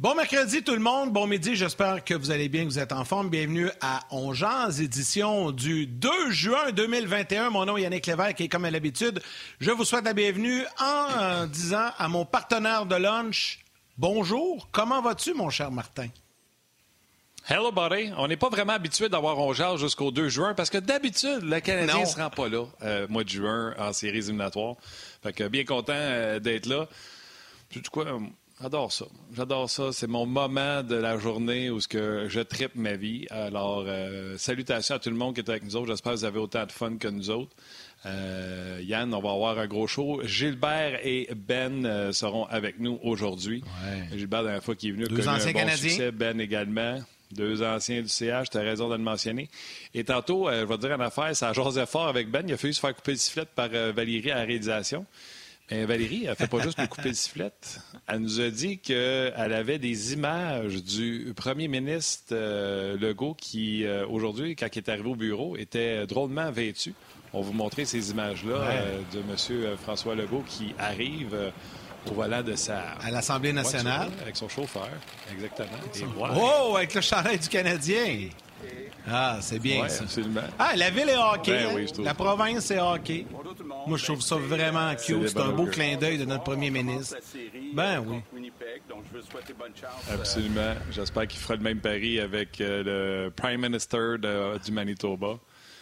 Bon mercredi tout le monde, bon midi, j'espère que vous allez bien, que vous êtes en forme. Bienvenue à On Jase, édition du 2 juin 2021. Mon nom est Yannick Lévesque et comme à l'habitude, je vous souhaite la bienvenue en disant à mon partenaire de lunch, bonjour, comment vas-tu mon cher Martin? Hello, buddy. On n'est pas vraiment habitué d'avoir On Jase jusqu'au 2 juin parce que d'habitude, le Canadien ne se rend pas là, mois de juin, en séries éliminatoires. Fait que bien content d'être là. Tu sais quoi? J'adore ça. C'est mon moment de la journée où je trippe ma vie. Alors, salutations à tout le monde qui est avec nous autres. J'espère que vous avez autant de fun que nous autres. Yann, on va avoir un gros show. Gilbert et Ben seront avec nous aujourd'hui. Ouais. Gilbert, la dernière fois qu'il est venu, deux anciens Canadiens. Succès. Ben également. 2 anciens du CH, tu as raison de le mentionner. Et tantôt, je vais te dire une affaire, ça a jasé fort avec Ben. Il a fallu se faire couper le sifflet par Valérie à la réalisation. Mais Valérie, elle ne fait pas juste nous couper le sifflet. Elle nous a dit qu'elle avait des images du premier ministre Legault qui, aujourd'hui, quand il est arrivé au bureau, était drôlement vêtu. On va vous montrer ces images-là de M. François Legault qui arrive au volant de à l'Assemblée nationale. Voiture, avec son chauffeur, exactement. Et oh, avec le chandail du Canadien! Ah, c'est bien ça. Absolument. Ah, la ville est hockey. Ben, oui, la province est hockey. Moi, je trouve ça vraiment cute. C'est un beau clin d'œil de notre premier ministre. Ben oui. Absolument. J'espère qu'il fera le même pari avec le Prime Minister du Manitoba.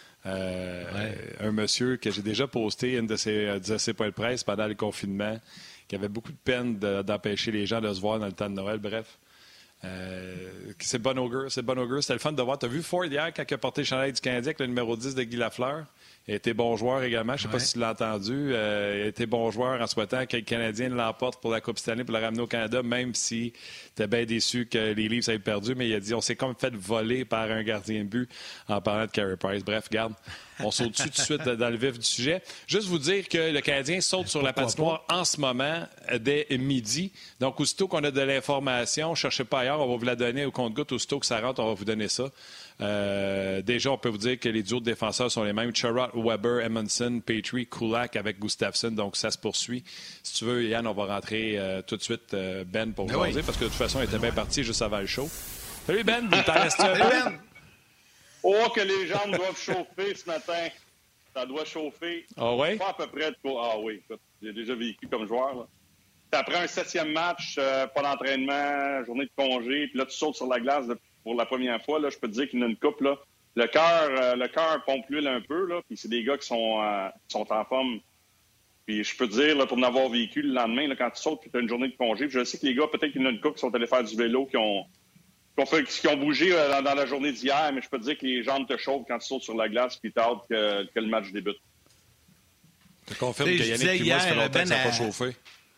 Un monsieur que j'ai déjà posté une de ses points de presse pendant le confinement, qui avait beaucoup de peine d'empêcher les gens de se voir dans le temps de Noël. Bref. C'est bon augure. C'était le fun de voir. Tu as vu Ford hier quand il a porté le chandail du Canadien avec le numéro 10 de Guy Lafleur? Il a été bon joueur également. Je ne sais pas si tu l'as entendu. Il a été bon joueur en souhaitant que le Canadien l'emporte pour la Coupe Stanley pour la ramener au Canada, même si tu es bien déçu que les Leafs aient perdu. Mais il a dit on s'est comme fait voler par un gardien de but en parlant de Carey Price. Bref, garde. On saute dessus tout de suite dans le vif du sujet. Juste vous dire que le Canadien saute sur la patinoire en ce moment dès midi. Donc, aussitôt qu'on a de l'information, ne cherchez pas ailleurs, on va vous la donner au compte-gouttes. Aussitôt que ça rentre, on va vous donner ça. Déjà, on peut vous dire que les duos de défenseurs sont les mêmes. Sherrod, Weber, Edmondson, Petrie, Kulak avec Gustafsson. Donc, ça se poursuit. Si tu veux, Yann, on va rentrer tout de suite Ben pour jaser parce que de toute façon, il était bien parti juste avant le show. Salut Ben, il t'en reste un peu? Oh, que les jambes doivent chauffer ce matin. Ça doit chauffer. Ah oui? Pas à peu près de quoi. Ah oui, écoute, j'ai déjà vécu comme joueur. Là. Après un 7e match, pas d'entraînement, journée de congé, puis là, tu sautes sur la glace pour la première fois. Là, je peux te dire qu'il y en a une coupe. Là. Le cœur pompe l'huile un peu, là, puis c'est des gars qui sont en forme. Puis je peux te dire, là, pour en avoir vécu le lendemain, là, quand tu sautes, puis tu as une journée de congé, puis je sais que les gars, peut-être qu'il y en a une coupe qui sont allés faire du vélo, qui ont bougé dans la journée d'hier, mais je peux te dire que les jambes te chauffent quand tu sautes sur la glace puis t'as hâte que le match débute. Je confirme que Yannick et moi, ça fait longtemps que ça n'a pas chauffé.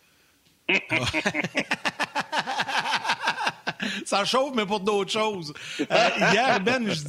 Ça chauffe, mais pour d'autres choses. Hier, Ben, je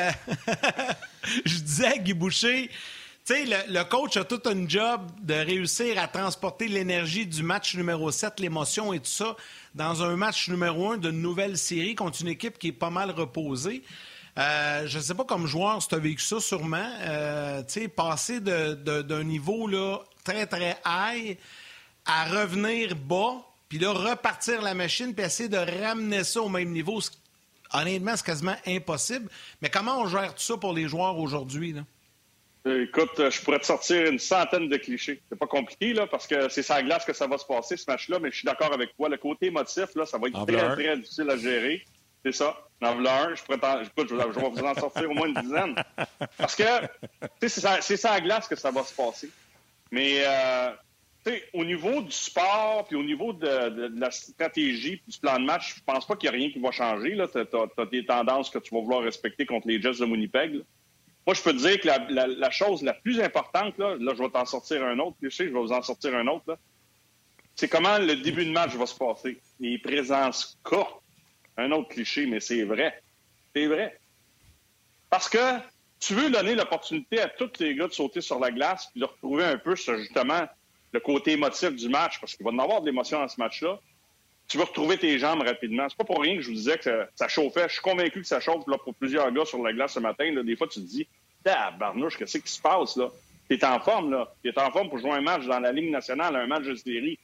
disais à Guy Boucher, tu sais, le coach a tout un job de réussir à transporter l'énergie du match numéro 7, l'émotion et tout ça, dans un match numéro 1 d'une nouvelle série contre une équipe qui est pas mal reposée. Je ne sais pas, comme joueur, si tu as vécu ça sûrement, tu sais, passer d'un niveau là, très, très high à revenir bas, puis là, repartir la machine, puis essayer de ramener ça au même niveau. Honnêtement, c'est quasiment impossible. Mais comment on gère tout ça pour les joueurs aujourd'hui, là? Écoute, je pourrais te sortir une centaine de clichés. C'est pas compliqué, là, parce que c'est sur la glace que ça va se passer, ce match-là, mais je suis d'accord avec toi. Le côté émotif, là, ça va être très, très difficile à gérer. C'est ça. En voilà un, je vais vous en sortir au moins une dizaine. Parce que, c'est sur la glace que ça va se passer. Mais, au niveau du sport, puis au niveau de la stratégie, puis du plan de match, je pense pas qu'il y a rien qui va changer. Tu as des tendances que tu vas vouloir respecter contre les Jets de Winnipeg. Là. Moi, je peux te dire que la chose la plus importante, là, je vais t'en sortir un autre, je vais vous en sortir un autre, là, c'est comment le début de match va se passer. Les présences courtes. Un autre cliché, mais c'est vrai. C'est vrai. Parce que tu veux donner l'opportunité à tous les gars de sauter sur la glace puis de retrouver un peu, justement, le côté émotif du match, parce qu'il va y en avoir de l'émotion dans ce match-là. Tu veux retrouver tes jambes rapidement. C'est pas pour rien que je vous disais que ça chauffait. Je suis convaincu que ça chauffe là, pour plusieurs gars sur la glace ce matin. Là. Des fois, tu te dis, tabarnouche, qu'est-ce qui se passe, là? T'es en forme, là. T'es en forme pour jouer un match dans la Ligue nationale, un match de série.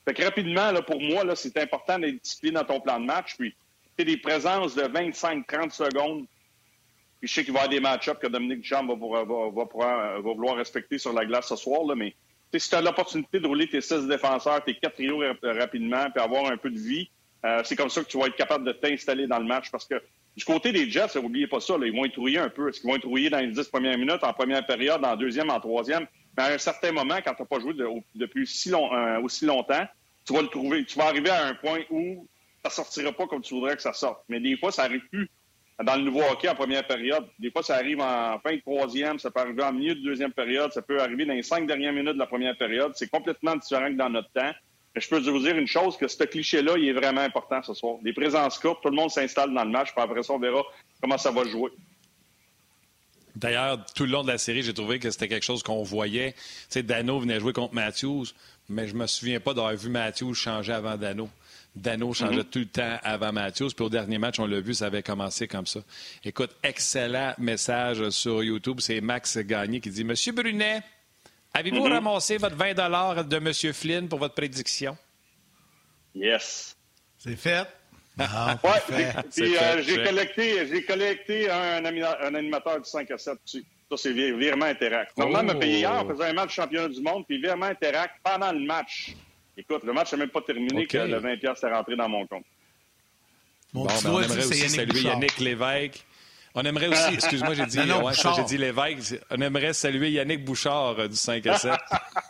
Fait que rapidement, là, pour moi, là, c'est important d'être discipliné dans ton plan de match. Puis, c'est des présences de 25-30 secondes. Puis, je sais qu'il va y avoir des match-ups que Dominique Ducharme va vouloir respecter sur la glace ce soir, là, mais si tu as l'opportunité de rouler tes 6 défenseurs, tes 4 trios rapidement, puis avoir un peu de vie, c'est comme ça que tu vas être capable de t'installer dans le match. Parce que du côté des Jets, n'oubliez pas ça, là, ils vont être rouillés un peu. Est-ce qu'ils vont être rouillés dans les 10 premières minutes, en première période, en deuxième, en troisième? Mais à un certain moment, quand tu n'as pas joué depuis aussi longtemps, tu vas le trouver. Tu vas arriver à un point où ça ne sortira pas comme tu voudrais que ça sorte. Mais des fois, ça n'arrive plus dans le nouveau hockey en première période. Des fois, ça arrive en fin de troisième, ça peut arriver en milieu de deuxième période, ça peut arriver dans les 5 dernières minutes de la première période. C'est complètement différent que dans notre temps. Mais je peux vous dire une chose, que ce cliché-là, il est vraiment important ce soir. Les présences courtes, tout le monde s'installe dans le match, puis après ça, on verra comment ça va jouer. D'ailleurs, tout le long de la série, j'ai trouvé que c'était quelque chose qu'on voyait. Tu sais, Dano venait jouer contre Matthews, mais je me souviens pas d'avoir vu Matthews changer avant Dano. Dano changeait tout le temps avant Matthews. Puis au dernier match, on l'a vu, ça avait commencé comme ça. Écoute, excellent message sur YouTube. C'est Max Gagné qui dit « Monsieur Brunet, avez-vous ramassé votre 20 $ de M. Flynn pour votre prédiction? » Yes. C'est fait. Ah, ouais, puis j'ai collecté un animateur du 5 à 7 aussi. Ça, c'est Virement Interact. Normalement, me payer hier, on faisait un match championnat du monde, puis Virement Interact pendant le match. Écoute, le match n'a même pas terminé que le 20$ s'est rentré dans mon compte. Bon, on aimerait aussi saluer Yannick Lévesque. On aimerait aussi, excuse-moi, j'ai dit, j'ai dit Lévesque. On aimerait saluer Yannick Bouchard du 5 à 7.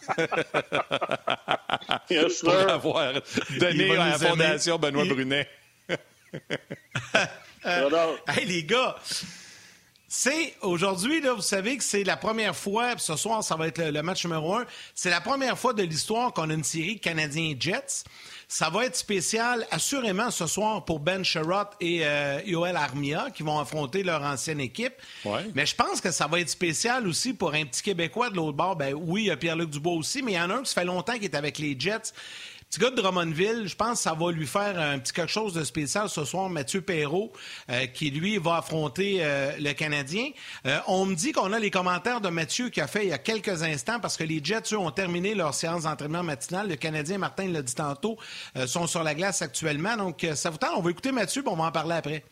Yes, pour avoir donné à la Fondation Benoît Brunet. Hey, les gars! C'est aujourd'hui, là, vous savez que c'est la première fois, puis ce soir, ça va être le match numéro 1, c'est la première fois de l'histoire qu'on a une série Canadiens-Jets. Ça va être spécial, assurément, ce soir pour Ben Sherratt et Yoel Armia qui vont affronter leur ancienne équipe. Ouais. Mais je pense que ça va être spécial aussi pour un petit Québécois de l'autre bord. Ben oui, il y a Pierre-Luc Dubois aussi, mais il y en a un qui fait longtemps qu'il est avec les Jets. Petit gars de Drummondville, je pense que ça va lui faire un petit quelque chose de spécial ce soir, Mathieu Perreault, qui, lui, va affronter le Canadien. On me dit qu'on a les commentaires de Mathieu qui a fait il y a quelques instants parce que les Jets, eux, ont terminé leur séance d'entraînement matinale. Le Canadien, Martin l'a dit tantôt, sont sur la glace actuellement. Donc, ça vous tente? On va écouter Mathieu, puis on va en parler après.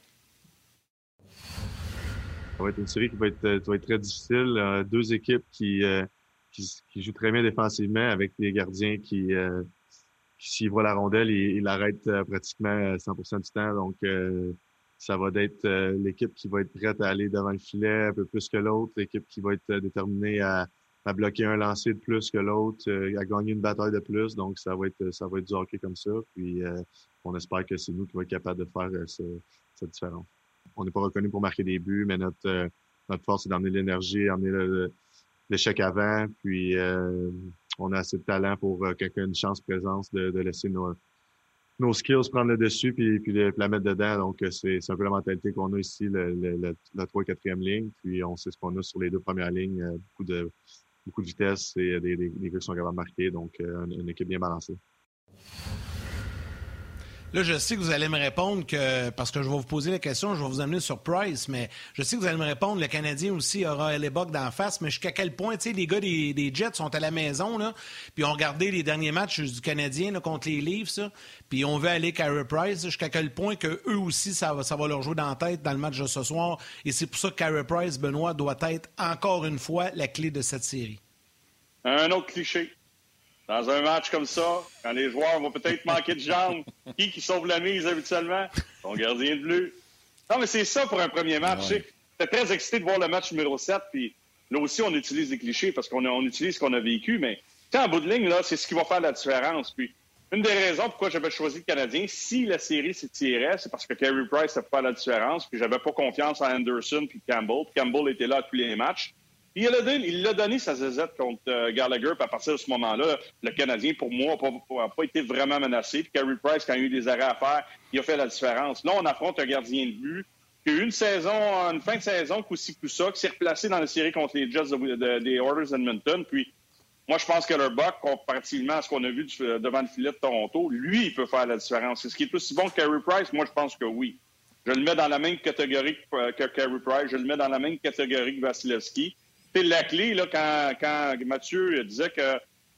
Ça va être une série qui va être très difficile. Deux équipes qui jouent très bien défensivement avec des gardiens qui s'il voit la rondelle, il l'arrête pratiquement 100% du temps. Donc, ça va être l'équipe qui va être prête à aller devant le filet un peu plus que l'autre, l'équipe qui va être déterminée à bloquer un lancer de plus que l'autre, à gagner une bataille de plus. Donc, ça va être du hockey comme ça. Puis, on espère que c'est nous qui va être capable de faire cette différence. On n'est pas reconnu pour marquer des buts, mais notre force, c'est d'emmener l'énergie, d'emmener l'échec avant. Puis, on a assez de talent pour quelqu'un une chance présence de laisser nos skills prendre le dessus puis la mettre dedans. Donc, c'est un peu la mentalité qu'on a ici, la 3 et 4e ligne. Puis, on sait ce qu'on a sur les 2 premières lignes. Beaucoup de vitesse et des gars qui sont capables de marquer. Donc, une équipe bien balancée. Là, je sais que vous allez me répondre parce que je vais vous poser la question, je vais vous amener sur Price, mais je sais que vous allez me répondre, le Canadien aussi aura Hellebuck d'en face, mais jusqu'à quel point, tu sais, les gars des Jets sont à la maison, là, puis ont regardé les derniers matchs du Canadien là, contre les Leafs, ça, puis on veut aller Carey Price, jusqu'à quel point que eux aussi, ça va leur jouer dans la tête dans le match de ce soir, et c'est pour ça que Carey Price, Benoît, doit être encore une fois la clé de cette série. Un autre cliché. Dans un match comme ça, quand les joueurs vont peut-être manquer de jambes, qui sauve la mise habituellement? Ton gardien de but. Non, mais c'est ça pour un premier match. Ouais. J'étais très excité de voir le match numéro 7, puis là aussi, on utilise des clichés parce qu'on utilise ce qu'on a vécu, mais en bout de ligne, là, c'est ce qui va faire la différence. Puis, une des raisons pourquoi j'avais choisi le Canadien, si la série s'étirait, c'est parce que Carey Price a fait la différence, puis j'avais pas confiance en Anderson puis Campbell. Puis Campbell était là à tous les matchs. Puis il l'a donné sa zézette contre Gallagher, puis à partir de ce moment-là, le Canadien, pour moi, n'a pas été vraiment menacé. Puis Carey Price, quand il y a eu des arrêts à faire, il a fait la différence. Là, on affronte un gardien de but qui a eu une fin de saison coup-ci, coup-ça, qui s'est replacé dans la série contre les Jets des Oilers Edmonton. Puis moi, je pense que leur Buck, comparativement à ce qu'on a vu devant le filet de Toronto, lui, il peut faire la différence. Est-ce qu'il est aussi bon que Carey Price? Moi, je pense que oui. Je le mets dans la même catégorie que Carey Price. Je le mets dans la même catégorie que Vasilevski. C'est la clé, là, quand Mathieu disait que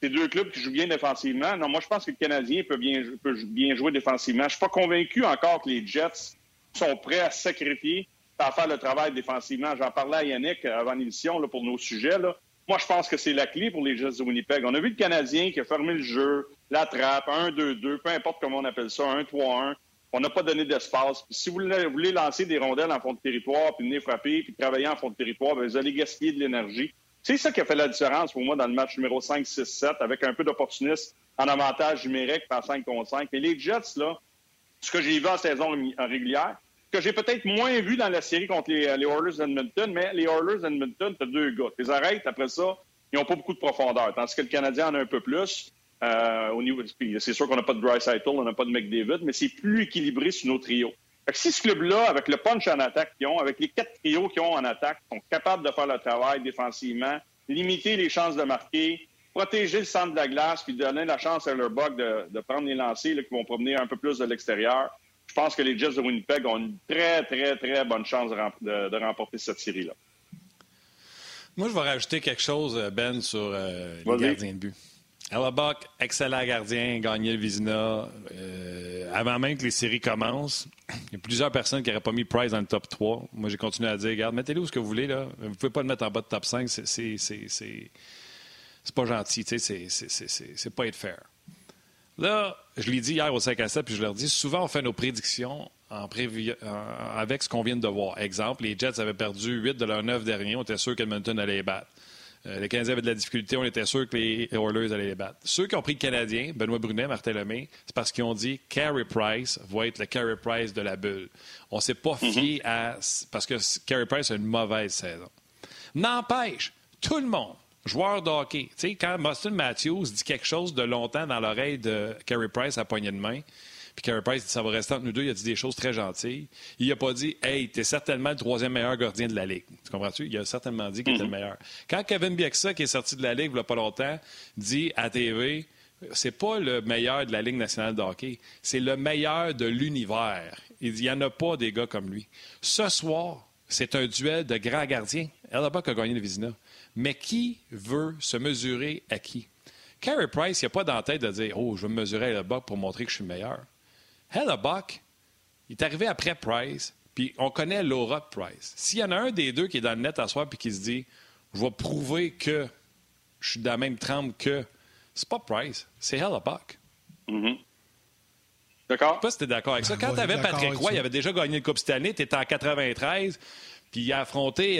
c'est deux clubs qui jouent bien défensivement. Non, moi, je pense que le Canadien peut bien jouer défensivement. Je suis pas convaincu encore que les Jets sont prêts à se sacrifier à faire le travail défensivement. J'en parlais à Yannick avant l'émission là, pour nos sujets. Là. Moi, je pense que c'est la clé pour les Jets de Winnipeg. On a vu le Canadien qui a fermé le jeu, la trappe, 1-2-2, peu importe comment on appelle ça, 1-3-1. On n'a pas donné d'espace. Puis si vous voulez lancer des rondelles en fond de territoire, puis venir frapper, puis travailler en fond de territoire, bien, vous allez gaspiller de l'énergie. C'est ça qui a fait la différence pour moi dans le match numéro 5, 6, 7, avec un peu d'opportunisme en avantage numérique par 5 contre 5. Et les Jets, là, ce que j'ai vu en saison régulière, que j'ai peut-être moins vu dans la série contre les Oilers d'Edmonton, mais les Oilers d'Edmonton, t'as deux gars. Tu les arrêtes, après ça, ils n'ont pas beaucoup de profondeur, tandis que le Canadien en a un peu plus. Au niveau, c'est sûr qu'on n'a pas de Draisaitl, on n'a pas de McDavid, mais c'est plus équilibré sur nos trios. Fait que si ce club-là, avec le punch en attaque qu'ils ont, avec les 4 trios qu'ils ont en attaque, sont capables de faire le travail défensivement, limiter les chances de marquer, protéger le centre de la glace, puis donner la chance à leur bug de prendre les lancers là, qui vont provenir un peu plus de l'extérieur, je pense que les Jets de Winnipeg ont une très, très, très bonne chance de remporter cette série-là. Moi, je vais rajouter quelque chose, Ben, sur les gardiens de but. Hellebuck, excellent gardien, gagné le Vizina. Avant même que les séries commencent, il y a plusieurs personnes qui n'auraient pas mis Price dans le top 3. Moi, j'ai continué à dire, regarde, mettez-le où ce que vous voulez. Là. Vous ne pouvez pas le mettre en bas de top 5. C'est pas gentil. C'est pas être fair. Là, je l'ai dit hier au 5 à 7, puis je leur dis, souvent, on fait nos prédictions avec ce qu'on vient de voir. Exemple, les Jets avaient perdu 8 de leurs 9 derniers. On était sûr qu'Edmonton allait les battre. Les Canadiens avaient de la difficulté. On était sûr que les Oilers allaient les battre. Ceux qui ont pris le Canadien, Benoît Brunet, Martin Lemay, c'est parce qu'ils ont dit Carey Price va être le Carey Price de la bulle. On ne s'est pas fié à... Parce que Carey Price a une mauvaise saison. N'empêche, tout le monde, joueur de hockey, tu sais, quand Auston Matthews dit quelque chose de longtemps dans l'oreille de Carey Price à poignée de main, puis Carey Price dit ça va rester entre nous deux, il a dit des choses très gentilles. Il n'a pas dit « Hey, t'es certainement le 3e meilleur gardien de la Ligue ». Tu comprends-tu? Il a certainement dit qu'il était le meilleur. Quand Kevin Bieksa, qui est sorti de la Ligue il n'y a pas longtemps, dit à TV « C'est pas le meilleur de la Ligue nationale de hockey, c'est le meilleur de l'univers ». Il dit « Il n'y en a pas des gars comme lui ». Ce soir, c'est un duel de grands gardiens. Hellebuck a gagné le Vizina. Mais qui veut se mesurer à qui? Carey Price, il n'y a pas dans la tête de dire « Oh, je vais me mesurer à Hellebuck pour montrer que je suis le meilleur ». Hellebuck, il est arrivé après Price, puis on connaît l'aura de Price. S'il y en a un des deux qui est dans le net à soir puis qui se dit « Je vais prouver que je suis dans la même trempe que... » C'est pas Price, c'est Hellebuck. D'accord? Je sais pas si tu es d'accord avec ça. Quand tu avais Patrick Roy, il avait déjà gagné le Coupe Stanley, tu étais en 93, puis il a affronté...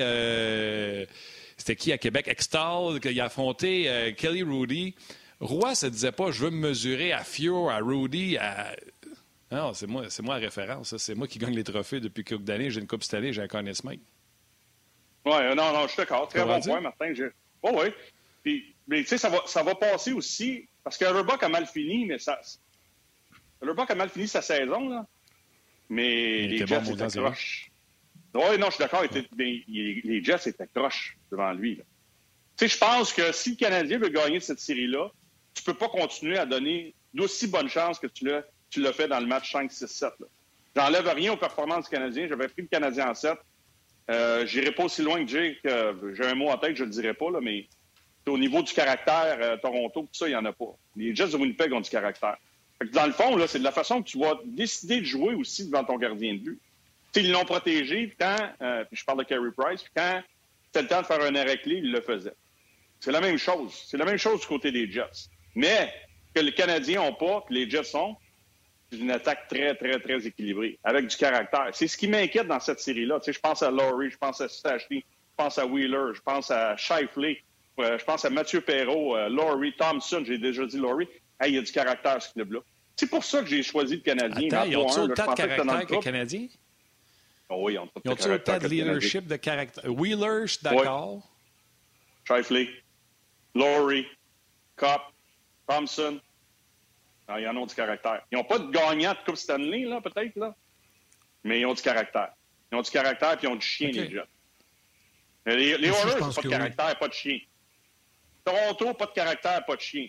c'était qui à Québec? Extall, il a affronté Kelly Rudy. Roy se disait pas « Je veux me mesurer à Fuhr, à Rudy, à... » Non, c'est moi la référence. Ça. C'est moi qui gagne les trophées depuis quelques années. J'ai une Coupe Stanley, j'ai un Conn Smythe. Oui, non, je suis d'accord. Très bon point, Martin. Oui. Puis, mais tu sais, ça va passer aussi, parce que Hellebuck a mal fini, mais Hellebuck a mal fini sa saison, là. Mais les Jets étaient croches. Oui, non, je suis d'accord. Les Jets étaient croches devant lui. Tu sais, je pense que si le Canadien veut gagner cette série-là, tu peux pas continuer à donner d'aussi bonnes chances que tu l'as fait dans le match 5-6-7. J'enlève rien aux performances du Canadien. J'avais pris le Canadien en 7. J'irai pas aussi loin que Jay, que j'ai un mot en tête, je le dirai pas, là, mais au niveau du caractère, Toronto, tout ça, il n'y en a pas. Les Jets de Winnipeg ont du caractère. Fait que dans le fond, là, c'est de la façon que tu vas décider de jouer aussi devant ton gardien de but. T'sais, ils l'ont protégé, puis je parle de Carey Price, puis quand c'était le temps de faire un arrêt clé, il le faisait. C'est la même chose. C'est la même chose du côté des Jets. Mais que les Canadiens n'ont pas, que les Jets ont, c'est une attaque très, très, très équilibrée, avec du caractère. C'est ce qui m'inquiète dans cette série-là. Tu sais, je pense à Laurie, je pense à Stastny, je pense à Wheeler, je pense à Scheifele, je pense à Mathieu Perreault, Laurie, Thompson, j'ai déjà dit Laurie. Hey, il y a du caractère, ce club-là. C'est pour ça que j'ai choisi le Canadien. Attends, ils ont-ils autant de caractère que le Canadien? Oh oui, ils ont autant de leadership, de caractère? Wheeler, je suis d'accord. Oui. Scheifele, Laurie, Kopp, Thompson. Non, ils en ont du caractère. Ils n'ont pas de gagnant de Coupe Stanley, là, peut-être, là. Mais ils ont du caractère. Ils ont du caractère puis ils ont du chien, les Jets. Les Oilers, pas de caractère, pas de chien. Toronto, pas de caractère, pas de chien.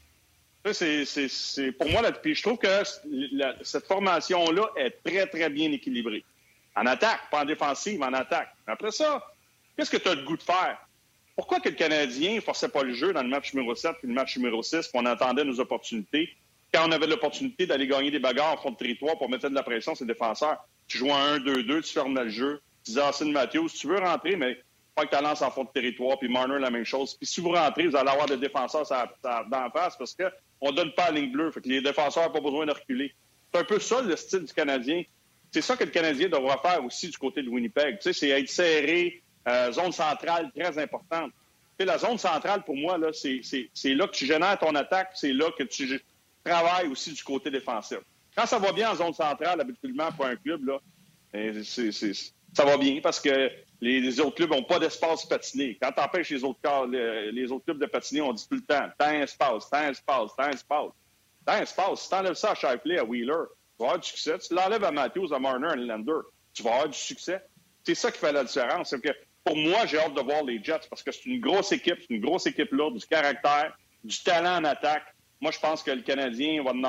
Ça, c'est pour moi, là, puis je trouve que cette formation-là est très, très bien équilibrée. En attaque, pas en défensive, en attaque. Après ça, qu'est-ce que tu as le goût de faire? Pourquoi que le Canadien ne forçait pas le jeu dans le match numéro 7 puis le match numéro 6, qu'on attendait nos opportunités? Quand on avait l'opportunité d'aller gagner des bagarres en fond de territoire pour mettre de la pression sur les défenseurs, tu joues à 1-2-2, tu fermes le jeu, tu dis à Austin Matthews, si tu veux rentrer, mais pas que tu lances en fond de territoire, puis Marner, la même chose. Puis si vous rentrez, vous allez avoir des défenseurs d'en face parce qu'on ne donne pas la ligne bleue. Fait que les défenseurs n'ont pas besoin de reculer. C'est un peu ça, le style du Canadien. C'est ça que le Canadien devra faire aussi du côté de Winnipeg. Tu sais, c'est être serré, zone centrale très importante. Tu sais, la zone centrale, pour moi, là, c'est là que tu génères ton attaque, c'est là que tu travailles aussi du côté défensif. Quand ça va bien en zone centrale, habituellement, pour un club, là, ça va bien parce que les autres clubs n'ont pas d'espace patiner. Quand tu empêches les autres clubs de patiner, on dit tout le temps « temps, espace, temps, espace, temps, espace ». Temps, espace, si tu enlèves ça à Shifley, à Wheeler, tu vas avoir du succès. Tu l'enlèves à Matthews, à Marner, à Nylander, tu vas avoir du succès. C'est ça qui fait la différence. C'est que, pour moi, j'ai hâte de voir les Jets parce que c'est une grosse équipe lourde, du caractère, du talent en attaque. Moi, je pense que le Canadien va en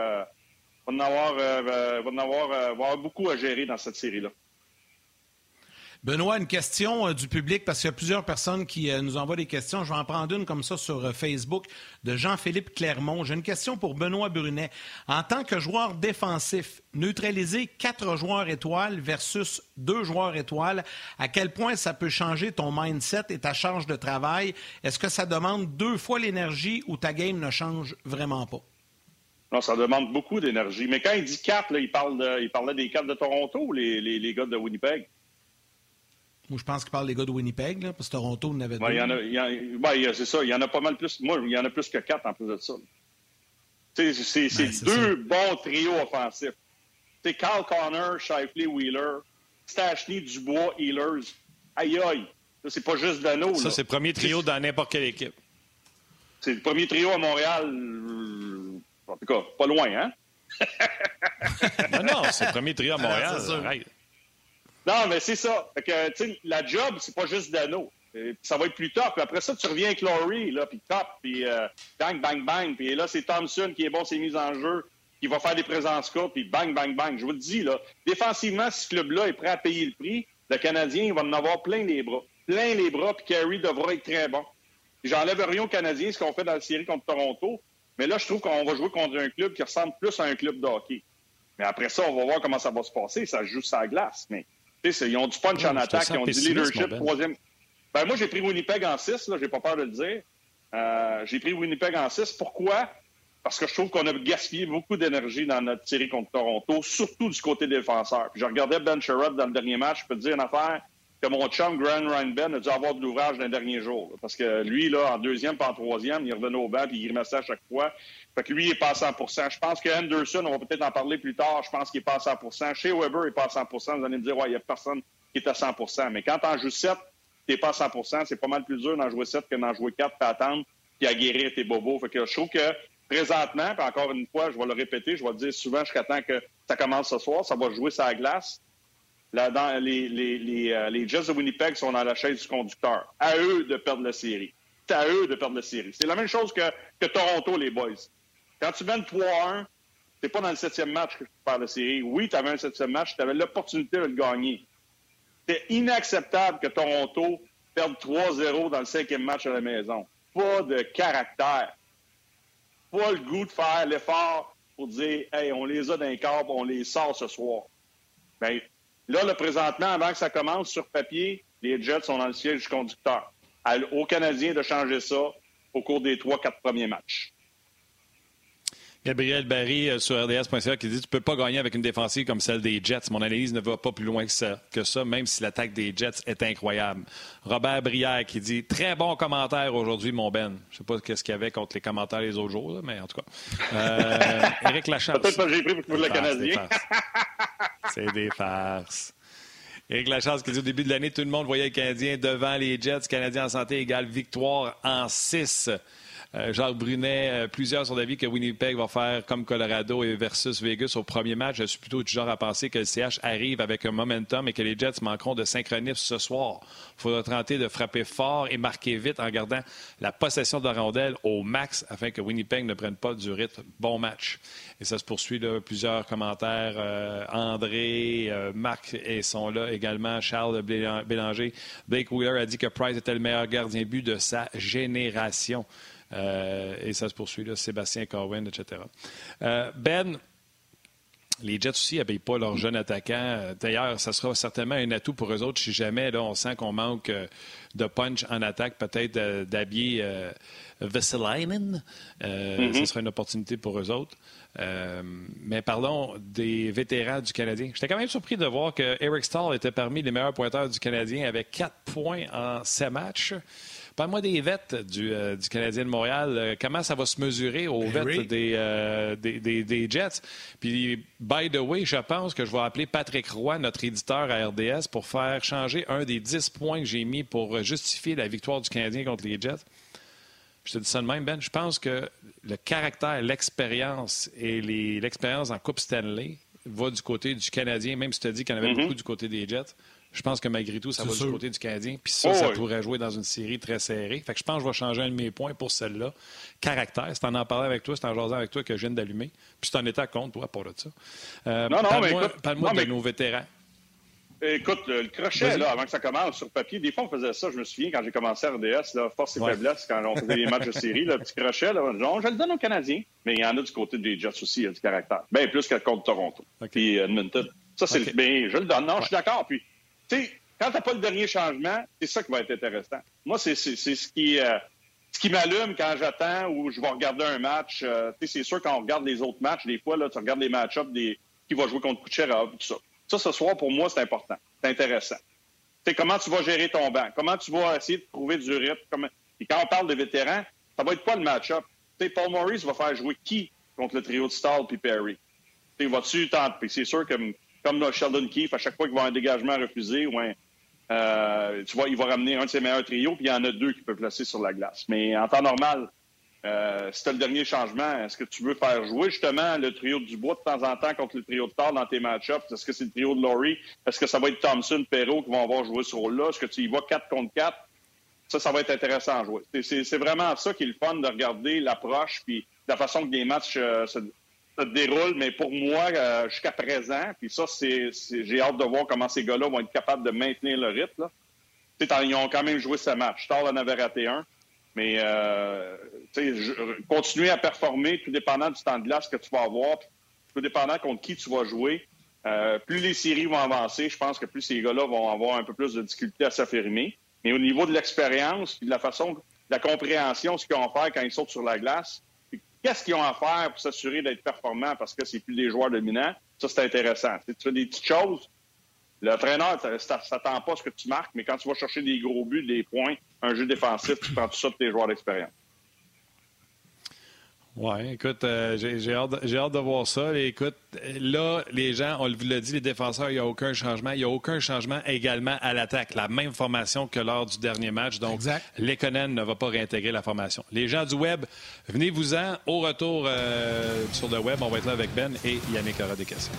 avoir beaucoup à gérer dans cette série-là. Benoît, une question du public, parce qu'il y a plusieurs personnes qui nous envoient des questions. Je vais en prendre une comme ça sur Facebook de Jean-Philippe Clermont. J'ai une question pour Benoît Brunet. En tant que joueur défensif, neutraliser 4 joueurs étoiles versus 2 joueurs étoiles, à quel point ça peut changer ton mindset et ta charge de travail? Est-ce que ça demande 2 fois l'énergie ou ta game ne change vraiment pas? Non, ça demande beaucoup d'énergie. Mais quand il dit 4, là, il parlait des 4 de Toronto ou les gars de Winnipeg? Moi, je pense qu'il parle des gars de Winnipeg, là, parce que Toronto en avait 2. C'est ça. Il y en a pas mal plus. Moi, il y en a plus que 4 en plus de ça. C'est 2 bons trios offensifs. C'est Kyle Connor, Shifley, Wheeler, Stastny, Dubois, Ehlers. Aïe, aïe. Ça, c'est pas juste Dano. Ça, c'est le premier trio dans n'importe quelle équipe. C'est le premier trio à Montréal. En tout cas, pas loin, hein? Non, c'est le premier trio à Montréal. Non, mais c'est ça. Fait que, tu sais, la job, c'est pas juste Dano. Ça va être plus top. Puis après ça, tu reviens avec Laurie, là, puis top, puis bang, bang, bang. Puis là, c'est Thompson qui est bon, ses mises en jeu, qui va faire des présences cas, puis bang, bang, bang. Je vous le dis, là, défensivement, si ce club-là est prêt à payer le prix, le Canadien, il va en avoir plein les bras. Plein les bras, puis Carey devra être très bon. J'enlève rien aux Canadiens, ce qu'on fait dans la série contre Toronto, mais là, je trouve qu'on va jouer contre un club qui ressemble plus à un club de hockey. Mais après ça, on va voir comment ça va se passer. Ça se joue sur la glace, mais... Ils ont du punch en attaque, ils ont du leadership, troisième. Ben, moi, j'ai pris Winnipeg en 6, là, j'ai pas peur de le dire. J'ai pris Winnipeg en 6. Pourquoi? Parce que je trouve qu'on a gaspillé beaucoup d'énergie dans notre série contre Toronto, surtout du côté défenseur. Puis je regardais Ben Sherrod dans le dernier match, je peux te dire une affaire que mon chum Grant Reinben a dû avoir de l'ouvrage dans les derniers jours. Là, parce que lui, là, en deuxième pas en troisième, il revenait au banc puis il grimaçait à chaque fois. Fait que lui, il est pas à 100%. Je pense que Anderson, on va peut-être en parler plus tard, je pense qu'il est pas à 100%. Shea Weber est pas à 100%. Vous allez me dire, ouais, il y a personne qui est à 100%. Mais quand t'en joues 7, t'es pas à 100%. C'est pas mal plus dur d'en jouer 7 que d'en jouer 4 puis attendre puis à guérir tes bobos. Fait que je trouve que présentement, puis encore une fois, je vais le répéter, je vais le dire souvent jusqu'à temps que ça commence ce soir, ça va jouer sur la glace. Là, les Jets de Winnipeg sont dans la chaise du conducteur. À eux de perdre la série. C'est à eux de perdre la série. C'est la même chose que Toronto, les boys. Quand tu mènes 3-1, c'est pas dans le 7e match que tu perds la série. Oui, tu avais un 7e match, tu avais l'opportunité de le gagner. C'est inacceptable que Toronto perde 3-0 dans le 5e match à la maison. Pas de caractère. Pas le goût de faire l'effort pour dire « Hey, on les a dans les câbles, on les sort ce soir. » Bien, là, présentement, avant que ça commence, sur papier, les Jets sont dans le siège du conducteur. Aux Canadiens de changer ça au cours des 3-4 premiers matchs. Gabriel Barry sur RDS.ca qui dit « Tu ne peux pas gagner avec une défensive comme celle des Jets. Mon analyse ne va pas plus loin que ça, même si l'attaque des Jets est incroyable. » Robert Brière qui dit « Très bon commentaire aujourd'hui, mon Ben. » Je ne sais pas ce qu'il y avait contre les commentaires les autres jours, là, mais en tout cas. Éric Lachance. Peut-être que j'ai pris pour le Canadien. C'est des farces. Éric Lachance qui dit « Au début de l'année, tout le monde voyait le Canadien devant les Jets. Canadien en santé égale victoire en 6. » Jacques Brunet, plusieurs sont d'avis que Winnipeg va faire comme Colorado et versus Vegas au premier match. Je suis plutôt du genre à penser que le CH arrive avec un momentum et que les Jets manqueront de synchronisme ce soir. Il faudra tenter de frapper fort et marquer vite en gardant la possession de la rondelle au max afin que Winnipeg ne prenne pas du rythme. Bon match. Et ça se poursuit, là, plusieurs commentaires. André, Marc sont là également. Charles Bélanger. Blake Wheeler a dit que Price était le meilleur gardien but de sa génération. Et ça se poursuit, là, Sébastien Corwin, etc. Ben, les Jets aussi n'habillent pas leurs jeunes attaquants. D'ailleurs, ça sera certainement un atout pour eux autres si jamais là, on sent qu'on manque de punch en attaque, peut-être d'habiller Vesalainen. Ce sera une opportunité pour eux autres. Mais parlons des vétérans du Canadien. J'étais quand même surpris de voir que Eric Staal était parmi les meilleurs pointeurs du Canadien avec 4 points en 7 matchs. Parle-moi des vêtes du Canadien de Montréal. Comment ça va se mesurer aux vêtes des Jets? Puis, by the way, je pense que je vais appeler Patrick Roy, notre éditeur à RDS, pour faire changer un des 10 points que j'ai mis pour justifier la victoire du Canadien contre les Jets. Je te dis ça de même, Ben. Je pense que le caractère, l'expérience et l'expérience en Coupe Stanley va du côté du Canadien, même si tu as dit qu'il y en avait beaucoup du côté des Jets. Je pense que malgré tout, ça va du côté du Canadien. Puis ça pourrait jouer dans une série très serrée. Fait que je pense que je vais changer un de mes points pour celle-là. Caractère. C'est en parlant avec toi, c'est en jasant avec toi que je viens d'allumer. Puis c'est en état compte, toi, à part de ça. Parle-moi de nos vétérans. Écoute, le crochet, là, avant que ça commence sur papier, des fois, on faisait ça. Je me souviens quand j'ai commencé à RDS, là, force et faiblesse, quand on faisait les matchs de série, le petit crochet, là, genre, je le donne aux Canadiens. Mais il y en a du côté des Jets aussi, il y a du caractère. Bien plus que contre Toronto. Puis Edmonton. Ça, c'est bien, je le donne. Non, je suis d'accord. Puis, tu sais, quand t'as pas le dernier changement, c'est ça qui va être intéressant. Moi, c'est ce qui m'allume quand j'attends ou je vais regarder un match. Tu sais, c'est sûr, quand on regarde les autres matchs, des fois, là, tu regardes les match-ups qui va jouer contre Kucherov, tout ça. Ça, ce soir, pour moi, c'est important. C'est intéressant. Tu sais, comment tu vas gérer ton banc? Comment tu vas essayer de trouver du rythme? Et quand on parle de vétérans, ça va être quoi le match-up? Tu sais, Paul Maurice va faire jouer qui contre le trio de Staal puis Perry? Tu sais, vas-tu tenter? Puis c'est sûr que, comme Sheldon Keefe, à chaque fois qu'il va avoir un dégagement refusé, tu vois, il va ramener un de ses meilleurs trios, puis il y en a 2 qui peuvent placer sur la glace. Mais en temps normal, si tu as le dernier changement, est-ce que tu veux faire jouer justement le trio de Dubois de temps en temps contre le trio de Staal dans tes match-ups? Est-ce que c'est le trio de Laurie? Est-ce que ça va être Thompson, Perreault qui vont avoir joué ce rôle-là? Est-ce que tu y vas 4 contre 4? Ça va être intéressant à jouer. C'est vraiment ça qui est le fun de regarder l'approche puis la façon que des matchs se déroulent. Mais pour moi, jusqu'à présent, puis ça, j'ai hâte de voir comment ces gars-là vont être capables de maintenir le rythme. Là. Ils ont quand même joué ce match. Staal en avait raté un. Mais continuer à performer, tout dépendant du temps de glace que tu vas avoir, tout dépendant contre qui tu vas jouer. Plus les séries vont avancer, je pense que plus ces gars-là vont avoir un peu plus de difficulté à s'affirmer. Mais au niveau de l'expérience, de la façon, de la compréhension, ce qu'ils ont à faire quand ils sautent sur la glace, qu'est-ce qu'ils ont à faire pour s'assurer d'être performants parce que c'est plus des joueurs dominants, ça, c'est intéressant. Tu fais des petites choses. L'entraîneur ne s'attend pas à ce que tu marques, mais quand tu vas chercher des gros buts, des points, un jeu défensif, tu prends tout ça de tes joueurs d'expérience. Oui, écoute, j'ai hâte de voir ça. Écoute, là, les gens, on l'a dit, les défenseurs, il n'y a aucun changement. Il n'y a aucun changement également à l'attaque. La même formation que lors du dernier match. Donc, Lekonen ne va pas réintégrer la formation. Les gens du web, venez-vous-en. Au retour sur le web, on va être là avec Ben et Yannick aura des questions.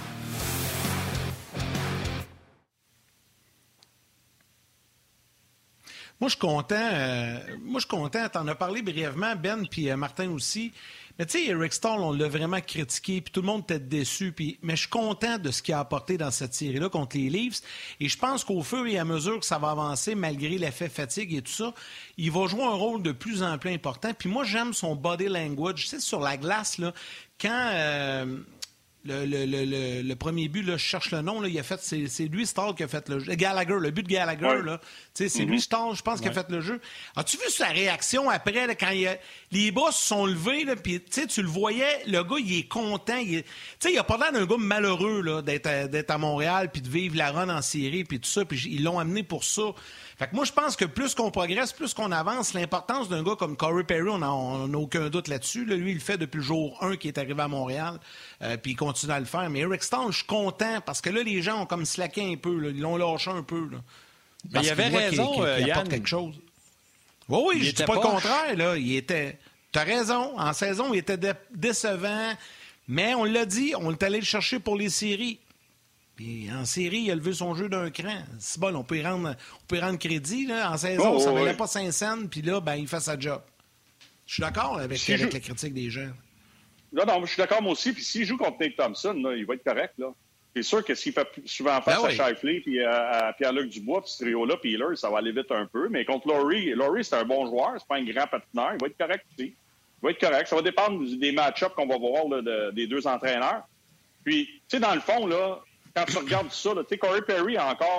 Moi, je suis content. T'en as parlé brièvement, Ben, puis Martin aussi. Mais tu sais, Eric Staal, on l'a vraiment critiqué, puis tout le monde était déçu. Mais je suis content de ce qu'il a apporté dans cette série-là contre les Leafs. Et je pense qu'au fur et à mesure que ça va avancer, malgré l'effet fatigue et tout ça, il va jouer un rôle de plus en plus important. Puis moi, j'aime son body language. Tu sais, sur la glace, là, quand... Le premier but, là, je cherche le nom, là, il a fait, c'est lui, Staal, qui a fait le jeu. Gallagher, le but de Gallagher, là, c'est lui, Staal, je pense, qui a fait le jeu. As-tu vu sa réaction après, là, quand les bras se sont levés, là, puis tu le voyais, le gars, il est content. Il a pas l'air d'un gars malheureux là, d'être à Montréal, puis de vivre la run en série, puis tout ça, puis ils l'ont amené pour ça. Fait que moi, je pense que plus qu'on progresse, plus qu'on avance, l'importance d'un gars comme Corey Perry, on n'a aucun doute là-dessus. Là, lui, il le fait depuis le jour 1 qu'il est arrivé à Montréal, puis il continue à le faire. Mais Eric Staal, je suis content, parce que là, les gens ont comme slacké un peu, là, ils l'ont lâché un peu. Là, mais il avait raison, qu'il Yann. apporte quelque chose. Oui, je dis pas le contraire. Là, il était... t'as raison. En saison, il était décevant, mais on l'a dit, on est allé le chercher pour les séries. Puis en série, il a levé son jeu d'un cran. C'est bon, on peut y rendre crédit. Là. En saison, ça ne valait pas 5 cents, puis là, il fait sa job. Je suis d'accord avec la critique des gens. Non, je suis d'accord moi aussi. Puis s'il joue contre Nate Thompson, là, il va être correct. Là. C'est sûr que s'il fait souvent face à Shifley puis à Pierre-Luc Dubois, puis ce trio-là, puis Healer, ça va aller vite un peu. Mais contre Laurie, c'est un bon joueur, c'est pas un grand patineur. Il va être correct aussi. Il va être correct. Ça va dépendre des match-ups qu'on va voir là, des deux entraîneurs. Puis, tu sais, dans le fond, là, quand tu regardes ça, tu sais, Corey Perry,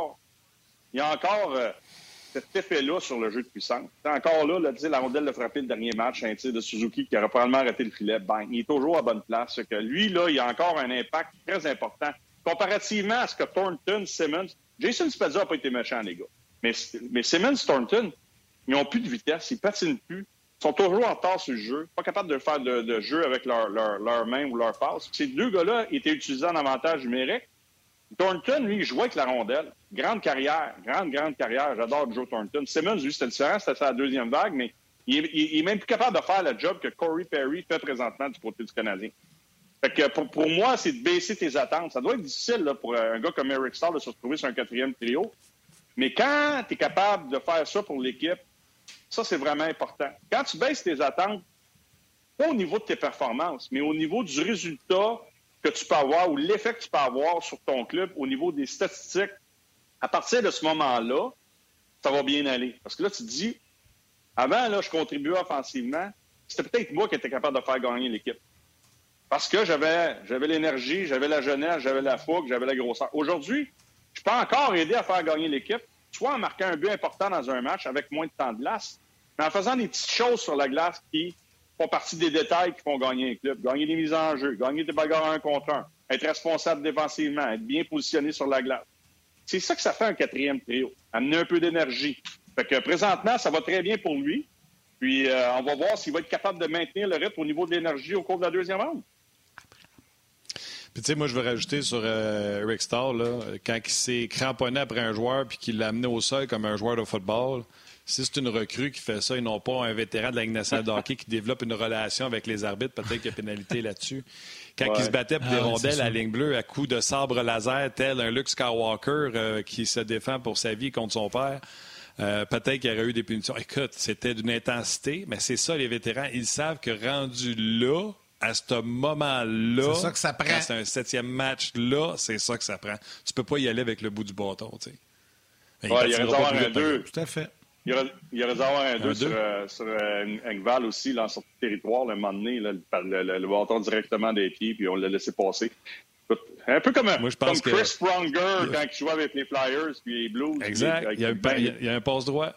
il y a encore cet effet-là sur le jeu de puissance. T'sais, encore là, la rondelle l'a frappé le dernier match, un tir de Suzuki qui aurait probablement arrêté le filet. Bang, il est toujours à bonne place. Que lui, là, il a encore un impact très important. Comparativement à ce que Thornton, Simmons... Jason Spezza n'a pas été méchant, les gars. Mais Simmons, Thornton, ils n'ont plus de vitesse, ils patinent plus. Ils sont toujours en retard sur le jeu, pas capables de faire de jeu avec leur main ou leur passe. Ces deux gars-là étaient utilisés en avantage numérique. Thornton, lui, il jouait avec la rondelle. Grande carrière. J'adore Joe Thornton. Simmons, lui, c'était différent. C'était sa deuxième vague, mais il est même plus capable de faire le job que Corey Perry fait présentement du côté du Canadien. Fait que pour moi, c'est de baisser tes attentes. Ça doit être difficile là, pour un gars comme Eric Staal de se retrouver sur un 4e trio. Mais quand tu es capable de faire ça pour l'équipe, ça, c'est vraiment important. Quand tu baisses tes attentes, pas au niveau de tes performances, mais au niveau du résultat que tu peux avoir ou l'effet que tu peux avoir sur ton club au niveau des statistiques, à partir de ce moment-là, ça va bien aller. Parce que là, tu te dis, avant, là, je contribuais offensivement, c'était peut-être moi qui étais capable de faire gagner l'équipe. Parce que j'avais l'énergie, j'avais la jeunesse, j'avais la fougue, j'avais la grosseur. Aujourd'hui, je peux encore aider à faire gagner l'équipe, soit en marquant un but important dans un match avec moins de temps de glace, mais en faisant des petites choses sur la glace qui font partie des détails qui font gagner un club. Gagner des mises en jeu, gagner des bagarres 1 contre 1, être responsable défensivement, être bien positionné sur la glace. C'est ça que ça fait un 4e trio, amener un peu d'énergie. Fait que présentement, ça va très bien pour lui. Puis on va voir s'il va être capable de maintenir le rythme au niveau de l'énergie au cours de la 2e ronde. Puis, tu sais, moi, je veux rajouter sur Eric Staal, là, quand il s'est cramponné après un joueur puis qu'il l'a amené au sol comme un joueur de football, si c'est une recrue qui fait ça et non pas un vétéran de la Ligue nationale de hockey qui développe une relation avec les arbitres, peut-être qu'il y a pénalité là-dessus. Quand il se battait pour des rondelles à la ligne bleue à coups de sabre laser, tel un Luke Skywalker qui se défend pour sa vie contre son père, peut-être qu'il y aurait eu des punitions. Écoute, c'était d'une intensité, mais c'est ça, les vétérans. Ils savent que rendu là, à ce moment-là, c'est ça que ça prend. Quand c'est un 7e match, là, c'est ça que ça prend. Tu peux pas y aller avec le bout du bâton, tu sais. Il aurait dû avoir un 2. Tout à fait. Il aurait dû avoir un 2 sur Engvall aussi, là, en sortie de territoire, le moment donné, là, le bâton directement des pieds, puis on l'a laissé passer. Un peu comme Chris Pronger quand il jouait avec les Flyers puis les Blues. Exact. Il y a un passe droit.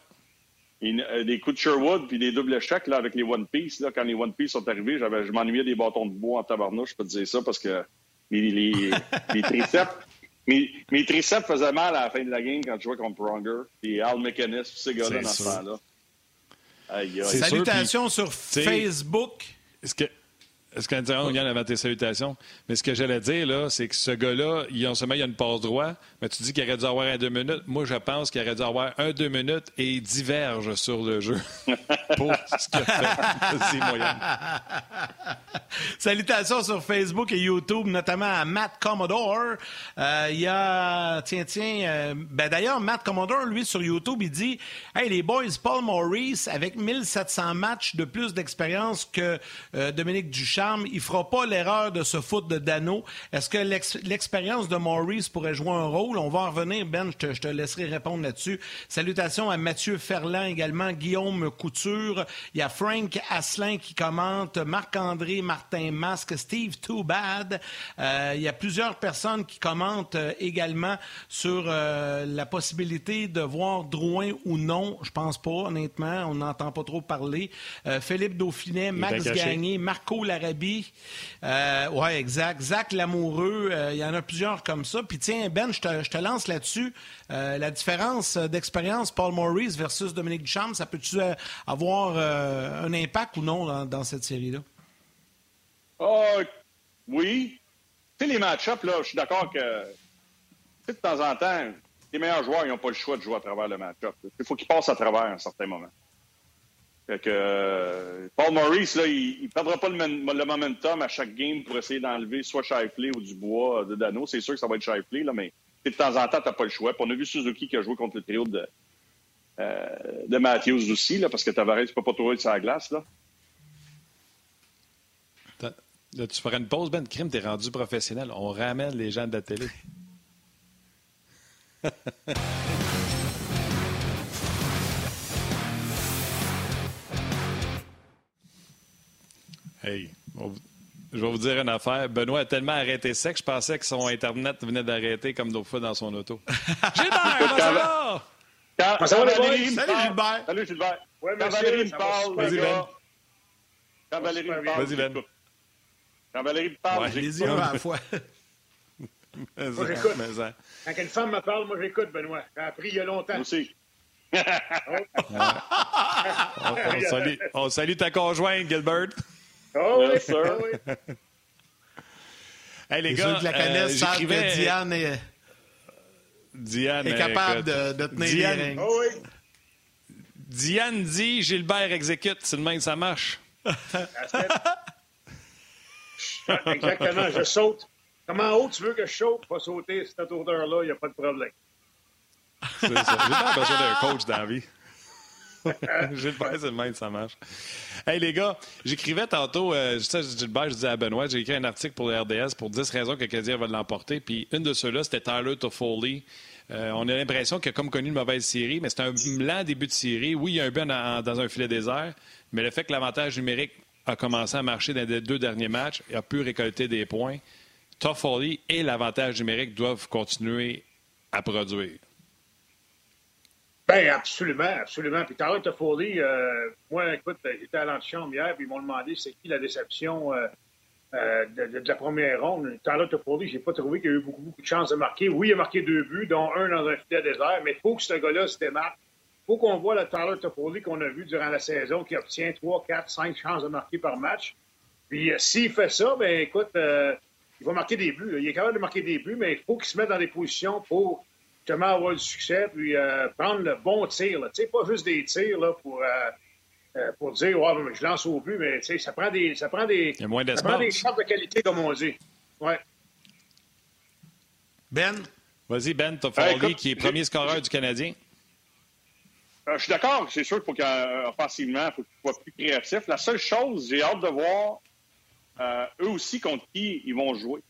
Des coups de Sherwood puis des doubles échecs là, avec les One Piece. Là, quand les One Piece sont arrivés, je m'ennuyais des bâtons de bois en tabarnouche, je peux te dire ça, parce que les triceps... Mes triceps faisaient mal à la fin de la game quand je jouais contre Pronger. Et Al McInnes, tous ces gars-là dans ce temps-là. Salutations sur Facebook. Est-ce qu'on gagne avant tes salutations? Mais ce que j'allais dire, là, c'est que ce gars-là, il y a une passe droit, mais tu dis qu'il aurait dû avoir un 2 minutes. Moi, je pense qu'il aurait dû avoir un 2 minutes et il diverge sur le jeu pour ce qu'il a fait. C'est moyen. Salutations sur Facebook et YouTube, notamment à Matt Commodore. Il y a... d'ailleurs, Matt Commodore, lui, sur YouTube, il dit « Hey, les boys, Paul Maurice, avec 1700 matchs de plus d'expérience que Dominique Ducharme, il ne fera pas l'erreur de se foutre de Dano. Est-ce que l'expérience de Maurice pourrait jouer un rôle? On va en revenir, Ben, je te laisserai répondre là-dessus. Salutations à Mathieu Ferland également, Guillaume Couture. Il y a Frank Asselin qui commente, Marc-André, Martin Masque, Steve Too Bad. Il y a plusieurs personnes qui commentent également sur la possibilité de voir Drouin ou non. Je pense pas, honnêtement. On n'entend pas trop parler. Philippe Dauphinet, Max Gagné, Marco Larabie. Oui, exact. Zach Lamoureux, il y en a plusieurs comme ça. Puis tiens, Ben, je te lance là-dessus. La différence d'expérience Paul Maurice versus Dominique Ducharme, ça peut-tu avoir un impact ou non dans cette série-là? Oui. Tu sais, les match-ups, là, je suis d'accord que de temps en temps, les meilleurs joueurs, ils n'ont pas le choix de jouer à travers le match-up. Il faut qu'ils passent à travers à un certain moment. Fait que, Paul Maurice, là, il ne perdra pas le momentum à chaque game pour essayer d'enlever soit Scheifele ou Dubois de Dano. C'est sûr que ça va être Scheifele, là, mais de temps en temps, tu n'as pas le choix. Puis on a vu Suzuki qui a joué contre le trio de Matthews aussi, là, parce que Tavares ne peut pas trouver sur la glace. Là. Là, tu ferais une pause, Ben Crime, t'es rendu professionnel. On ramène les gens de la télé. Hey, je vais vous dire une affaire. Benoît a tellement arrêté sec, je pensais que son Internet venait d'arrêter comme d'autres fois dans son auto. Gilbert, comment ça va? Quand Valérie me parle... Salut, Gilbert. Salut, Gilbert. Ouais, quand Valérie me parle, vas-y, Ben. Quand Valérie me parle, vas-y, Ben. Quand Valérie me parle, les yeux à la fois. Moi, j'écoute. Quand une femme me parle, moi, j'écoute, Benoît. J'ai appris il y a longtemps. Moi aussi. On salue ta conjointe, Gilbert. Oh oui, yes, sir. Oh, oui. Hey, les Ceux gars, qui la connaissent savent que Diane est capable de tenir les règles. Oh, oui. Diane dit, Gilbert exécute. C'est le même, ça marche. Exactement, je saute. Comment haut tu veux que je saute? Pas sauter cette hauteur-là, il n'y a pas de problème. C'est ça. J'ai pas besoin d'un coach dans la vie. Gilbert, c'est le même, ça marche. Hey, les gars, j'écrivais tantôt, Gilbert, je disais à Benoît, j'ai écrit un article pour le RDS pour 10 raisons que le Canadien va l'emporter. Puis une de ceux-là, c'était Tyler Toffoli. On a l'impression qu'il a comme connu une mauvaise série, mais c'est un lent début de série. Oui, il y a un but dans un filet désert, mais le fait que l'avantage numérique a commencé à marcher dans les 2 derniers matchs, il a pu récolter des points. Toffoli et l'avantage numérique doivent continuer à produire. Bien, absolument, absolument. Puis Tyler Toffoli, moi, écoute, j'étais à l'antichambre hier, puis ils m'ont demandé c'est qui la déception de la première ronde. Tyler Toffoli, je n'ai pas trouvé qu'il y a eu beaucoup de chances de marquer. Oui, il a marqué 2 buts, dont un dans un filet désert, mais il faut que ce gars-là se démarque. Il faut qu'on voit le Tyler Toffoli qu'on a vu durant la saison, qui obtient 3, 4, 5 chances de marquer par match. Puis s'il fait ça, bien, écoute, il va marquer des buts. Il est capable de marquer des buts, mais il faut qu'il se mette dans des positions pour justement avoir du succès, puis prendre le bon tir. Tu sais, pas juste des tirs là, pour dire ouais, je lance au but, mais tu sais, ça prend des il y a moins ça prend des shots de qualité, comme on dit. Ouais. Ben? Vas-y, Ben, Toffoli, qui est premier scoreur du Canadien. Je suis d'accord, c'est sûr qu'il faut qu'offensivement, il faut qu'il soit plus créatif. La seule chose, j'ai hâte de voir eux aussi contre qui ils vont jouer.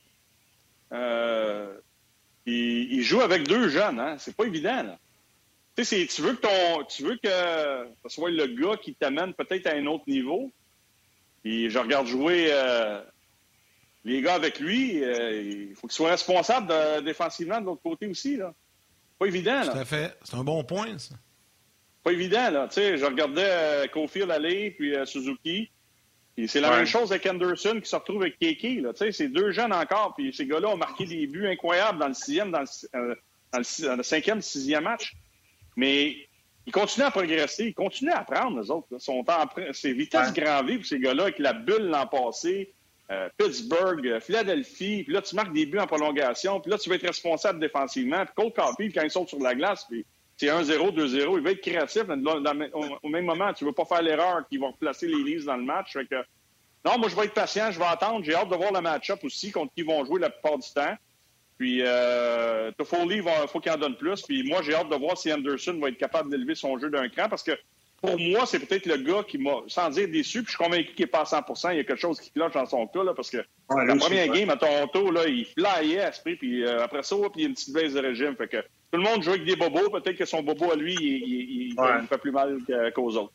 Ils jouent avec 2 jeunes, hein? C'est pas évident, là. Tu sais, tu veux que ce soit le gars qui t'amène peut-être à un autre niveau. Puis je regarde jouer les gars avec lui. Il faut qu'il soit responsable défensivement de l'autre côté aussi, là. Pas évident, là. Tout à fait. C'est un bon point, ça. Pas évident, là. Tu sais, je regardais Caulfield aller, puis Suzuki. Puis c'est la même chose avec Anderson qui se retrouve avec Keke, là. Tu sais, c'est 2 jeunes encore, puis ces gars-là ont marqué des buts incroyables dans le 6e, dans le 5e, 6e match. Mais ils continuent à progresser, ils continuent à apprendre, eux autres. C'est vitesse grand V pour ces gars-là, avec la bulle l'an passé, Pittsburgh, Philadelphie, puis là, tu marques des buts en prolongation, puis là, tu vas être responsable défensivement. Puis Cole Caulfield, quand il saute sur la glace, puis c'est 1-0, 2-0, il va être créatif. Au même moment, tu ne veux pas faire l'erreur qui va replacer les Leafs dans le match. Fait que, non, moi, je vais être patient, je vais attendre. J'ai hâte de voir le match-up aussi, contre qui ils vont jouer la plupart du temps. Puis, Toffoli, il faut qu'il en donne plus. Puis moi, j'ai hâte de voir si Anderson va être capable d'élever son jeu d'un cran, parce que pour moi, c'est peut-être le gars qui m'a, sans dire déçu, puis je suis convaincu qu'il n'est pas à 100%. Il y a quelque chose qui cloche dans son cas, là, parce que la première game à Toronto, là, il flyait à ce prix, puis après ça, puis il y a une petite baisse de régime. Fait que tout le monde joue avec des bobos. Peut-être que son bobo à lui, il fait plus mal qu'aux autres.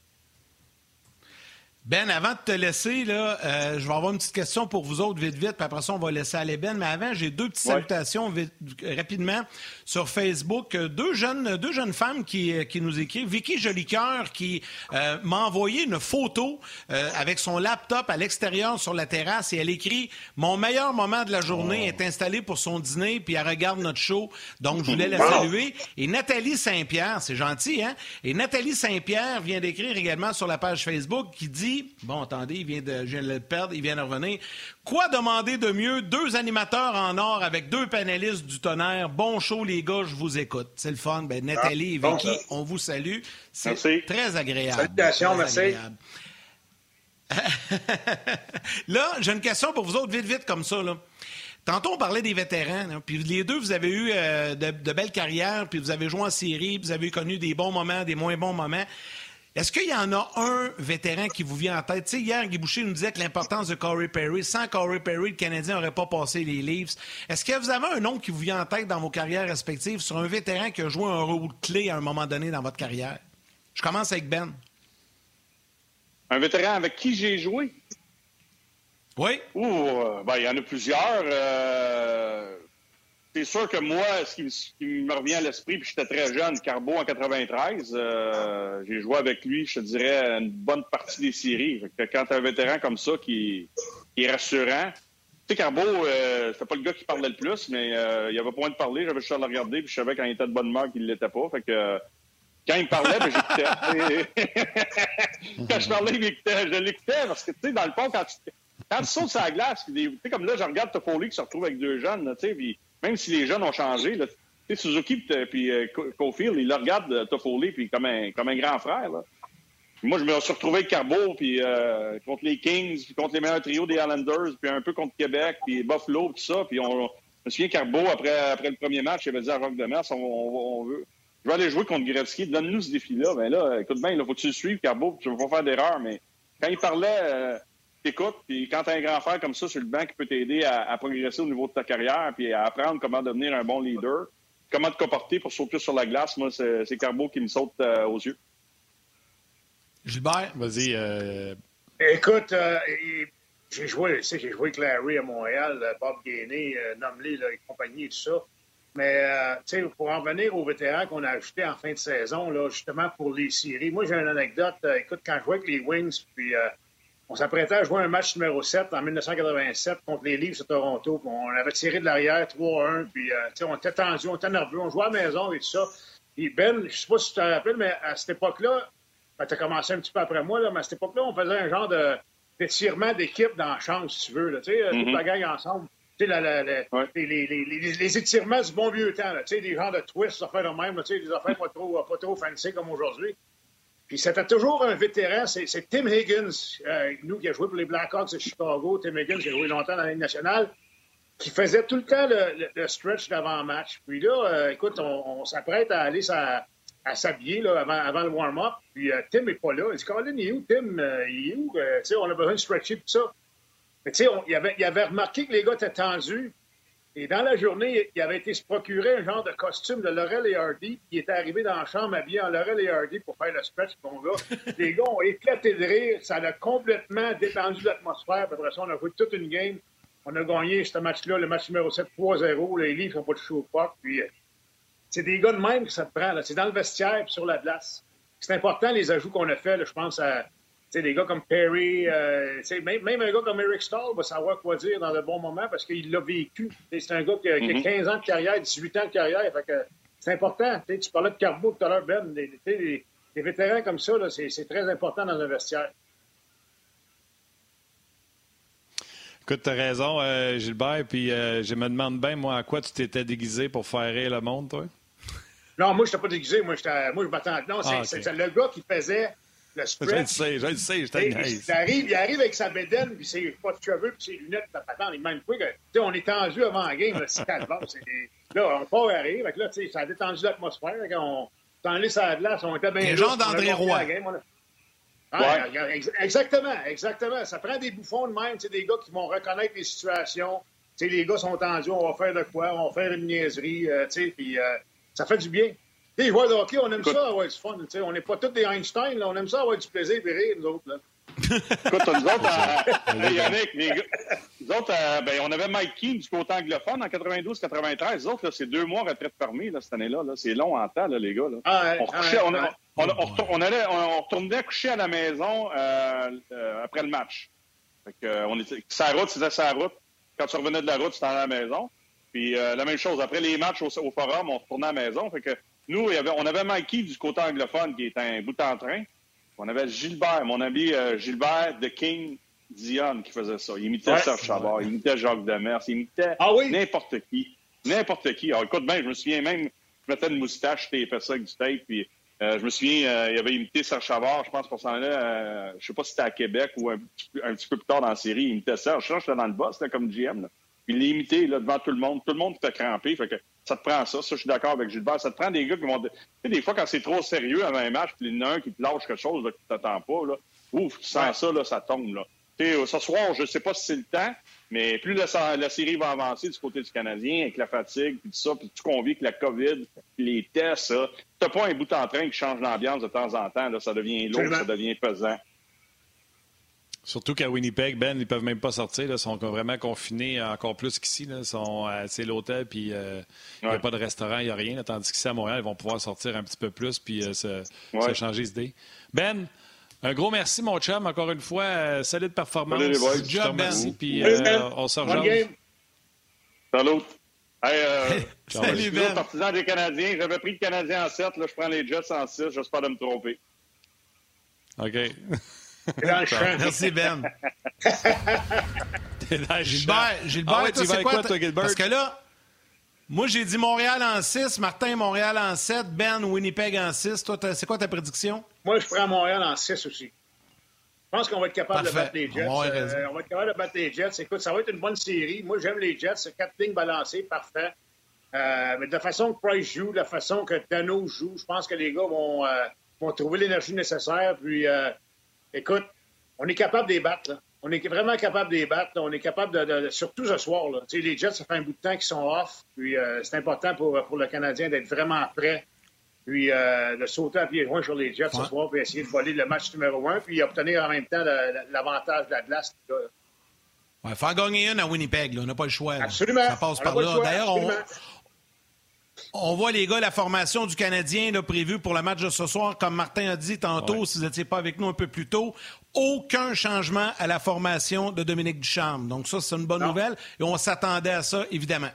Ben, avant de te laisser, là, je vais avoir une petite question pour vous autres, vite, puis après ça, on va laisser aller Ben. Mais avant, j'ai 2 petites salutations rapidement sur Facebook. Deux jeunes femmes qui nous écrivent. Vicky Jolicoeur qui m'a envoyé une photo avec son laptop à l'extérieur sur la terrasse et elle écrit « Mon meilleur moment de la journée est installé pour son dîner, puis elle regarde notre show. » Donc, je voulais la saluer. Et Nathalie Saint-Pierre, c'est gentil, hein? Et Nathalie Saint-Pierre vient d'écrire également sur la page Facebook qui dit dit, bon, attendez, je viens de le perdre, il vient de revenir. Quoi demander de mieux? 2 animateurs en or avec 2 panélistes du Tonnerre. Bon show, les gars, je vous écoute. C'est le fun. Ben, Nathalie et Vicky, on vous salue. C'est très agréable. Salutations, merci. Là, j'ai une question pour vous autres, vite, comme ça, là. Tantôt, on parlait des vétérans, là, puis les deux, vous avez eu de belles carrières, puis vous avez joué en série, puis vous avez connu des bons moments, des moins bons moments. Est-ce qu'il y en a un vétéran qui vous vient en tête? Tu sais, hier, Guy Boucher nous disait que l'importance de Corey Perry, sans Corey Perry, le Canadien n'aurait pas passé les Leafs. Est-ce que vous avez un nom qui vous vient en tête dans vos carrières respectives sur un vétéran qui a joué un rôle clé à un moment donné dans votre carrière? Je commence avec Ben. Un vétéran avec qui j'ai joué? Oui. Il y en a plusieurs. C'est sûr que moi, ce qui me revient à l'esprit, puis j'étais très jeune, Carbeau en 93, j'ai joué avec lui, je te dirais, une bonne partie des séries. Fait que quand tu as un vétéran comme ça qui est rassurant, tu sais, Carbeau, c'était pas le gars qui parlait le plus, mais il y avait pas moins de parler, j'avais juste à le regarder, puis je savais quand il était de bonne humeur qu'il l'était pas. Fait que quand il me parlait, j'écoutais. Quand je parlais, je l'écoutais, parce que, tu sais, dans le fond, quand tu sautes sur la glace, tu sais, comme là, je regarde Toffoli qui se retrouve avec 2 jeunes, tu sais, puis même si les jeunes ont changé, tu sais, Suzuki puis Caulfield, ils le regardent, Toffoli, puis comme un grand frère, là. Moi, je me suis retrouvé avec Carbeau, puis contre les Kings, puis contre les meilleurs trios des Islanders, puis un peu contre Québec, puis Buffalo, tout ça, puis je me souviens, Carbeau, après le premier match, il avait dit à Jacques Demers, on veut... Je vais aller jouer contre Gretzky, donne-nous ce défi-là. Ben là, écoute bien, il faut que tu le suives, Carbeau, tu ne vas pas faire d'erreur, mais quand il parlait... t'écoutes, puis quand t'as un grand frère comme ça sur le banc qui peut t'aider à progresser au niveau de ta carrière, puis à apprendre comment devenir un bon leader, comment te comporter pour sauter sur la glace, moi, c'est Carbeau qui me saute aux yeux. Gilbert? Vas-y. Écoute, j'ai joué avec Larry à Montréal, Bob Gainey, Nomley et compagnie et tout ça. Mais, tu sais, pour en venir aux vétérans qu'on a ajoutés en fin de saison, là, justement pour les séries, moi, j'ai une anecdote. Écoute, quand je jouais avec les Wings, puis... on s'apprêtait à jouer un match numéro 7 en 1987 contre les Leafs de Toronto. Puis on avait tiré de l'arrière 3-1. Puis on était tendu, on était nerveux. On jouait à la maison et tout ça. Puis Ben, je sais pas si tu te rappelles, mais à cette époque-là, tu as commencé un petit peu après moi, là, mais à cette époque-là, on faisait un genre d'étirement d'équipe dans la chambre, si tu veux. Là, toute la gang ensemble. Tu sais, les étirements du bon vieux temps. Tu sais, des genres de twists, des affaires de même. Tu sais, des affaires pas trop fancy comme aujourd'hui. Puis c'était toujours un vétéran, c'est Tim Higgins, nous qui a joué pour les Blackhawks de Chicago, Tim Higgins qui a joué longtemps dans la Ligue nationale, qui faisait tout le temps le stretch d'avant-match. Puis là, écoute, on s'apprête à aller à s'habiller là, avant le warm-up, puis Tim n'est pas là. Il dit, Colin, il est où, Tim? Il est où? Tu sais, on a besoin de stretcher tout ça. Mais tu sais, il avait remarqué que les gars étaient tendus. Et dans la journée, il avait été se procurer un genre de costume de Laurel et Hardy. Il était arrivé dans la chambre habillé en Laurel et Hardy pour faire le stretch, mon gars. Les gars ont éclaté de rire. Ça a complètement détendu l'atmosphère. Après ça, on a joué toute une game. On a gagné ce match-là, le match numéro 7, 3-0. Les Leafs n'ont pas touché au puck. Puis, c'est des gars de même que ça te prend. C'est dans le vestiaire et sur la glace. C'est important, les ajouts qu'on a faits. Je pense à... T'sais, des gars comme Perry, même un gars comme Eric Stahl va savoir quoi dire dans le bon moment parce qu'il l'a vécu. C'est un gars qui a 15 ans de carrière, 18 ans de carrière. Fait que c'est important. Tu parlais de Carbeau tout à l'heure, Ben. Les vétérans comme ça, là, c'est très important dans un vestiaire. Écoute, t'as raison, Gilbert. Puis je me demande bien, moi, à quoi tu t'étais déguisé pour faire rire le monde, toi? Non, moi, je n'étais pas déguisé. Moi, je m'attendais. Non, c'est le gars qui faisait... le stretch. Je le sais, je t'ai il arrive avec sa bédaine, puis ses pas de cheveux, puis ses lunettes, puis patente, les mêmes trucs. On est tendu avant la game, c'est calvaire. Là, on part arrive, fait que là, ça a détendu l'atmosphère. On s'en allait sur la glace, on était bien. Un genre d'André Roy. Exactement. Ça prend des bouffons de même, des gars qui vont reconnaître les situations. Les gars sont tendus, on va faire de quoi, on va faire une niaiserie, puis ça fait du bien. Les joueurs de hockey, on aime ça avoir du fun. On n'est pas tous des Einstein, là. On aime ça avoir du plaisir et rire, nous autres. Là. Écoute, nous autres, Yannick, nous autres, on avait Mike Keane du côté anglophone en 92-93. Les autres, là, c'est 2 mois retraite fermée là, cette année-là. Là. C'est long en temps, là, les gars. Là. On retournait coucher à la maison après le match. Fait que, on était sa route, c'était sa route. Quand tu revenais de la route, c'était à la maison. Puis la même chose, après les matchs au forum, on retournait à la maison. Fait que nous, on avait Mikey du côté anglophone qui est un bout en train. On avait Gilbert, mon ami Gilbert de King Dion qui faisait ça. Il imitait Serge Chavard, il imitait Jacques Demers, il imitait n'importe qui. N'importe qui. Alors, écoute bien, je me souviens même, je mettais une moustache, je tapais ça avec du tape, puis je me souviens, il avait imité Serge Chavard, je pense qu'on s'en allait, je sais pas si c'était à Québec ou un petit peu plus tard dans la série, il imitait Serge. Je j'étais dans le boss, là, comme GM. Là. Puis il l'a imité là, devant tout le monde était crampé, fait que ça te prend ça, je suis d'accord avec Gilbert, ça te prend des gars qui vont... Tu sais, des fois, quand c'est trop sérieux avant un match, puis il y en a un qui te lâche quelque chose là, que tu t'attends pas, là, ouf, tu sens ça, là, ça tombe, là. Ce soir, je ne sais pas si c'est le temps, mais plus la série va avancer du côté du Canadien, avec la fatigue, puis tout ça, puis tu conviens que la COVID, les tests, tu n'as pas un bout en train qui change l'ambiance de temps en temps. Là, ça devient lourd, ça devient pesant. Surtout qu'à Winnipeg, Ben, ils ne peuvent même pas sortir. Ils sont vraiment confinés encore plus qu'ici. C'est l'hôtel, puis il n'y a pas de restaurant, il n'y a rien. Là, tandis qu'ici, à Montréal, ils vont pouvoir sortir un petit peu plus puis se changer d'idée. Ben, un gros merci, mon chum, encore une fois. Solide performance. Salut les boys. Je te remercie, puis on se rejoint. Salut. Hey, salut, Ben. Partisan des Canadiens. J'avais pris le Canadien en 7. Là, je prends les Jets en 6. J'espère de me tromper. OK. Merci, Ben. Gilbert, tu vas quoi, toi, Gilbert? Parce que là, moi, j'ai dit Montréal en 6, Martin, Montréal en 7, Ben, Winnipeg en 6. Toi, c'est quoi ta prédiction? Moi, je prends Montréal en 6 aussi. Je pense qu'on va être capable de battre les Jets. On va être capable de battre les Jets. Écoute, ça va être une bonne série. Moi, j'aime les Jets. 4 lignes balancées, parfait. Mais de la façon que Price joue, de la façon que Dano joue, je pense que les gars vont trouver l'énergie nécessaire. Puis, écoute, on est capable de les battre, là. On est vraiment capable de les battre. Là. On est capable de surtout ce soir. Là. Les Jets, ça fait un bout de temps qu'ils sont off. Puis c'est important pour le Canadien d'être vraiment prêt. Puis de sauter à pieds joints sur les Jets ce soir puis essayer de voler le match numéro 1 puis obtenir en même temps l'avantage de la glace. Il faut en gagner une à Winnipeg. Là. On n'a pas le choix. Là. Absolument. Ça passe par là. D'ailleurs, on voit, les gars, la formation du Canadien là, prévue pour le match de ce soir. Comme Martin a dit tantôt, si vous n'étiez pas avec nous un peu plus tôt, aucun changement à la formation de Dominique Ducharme. Donc ça, c'est une bonne nouvelle. Et on s'attendait à ça, évidemment.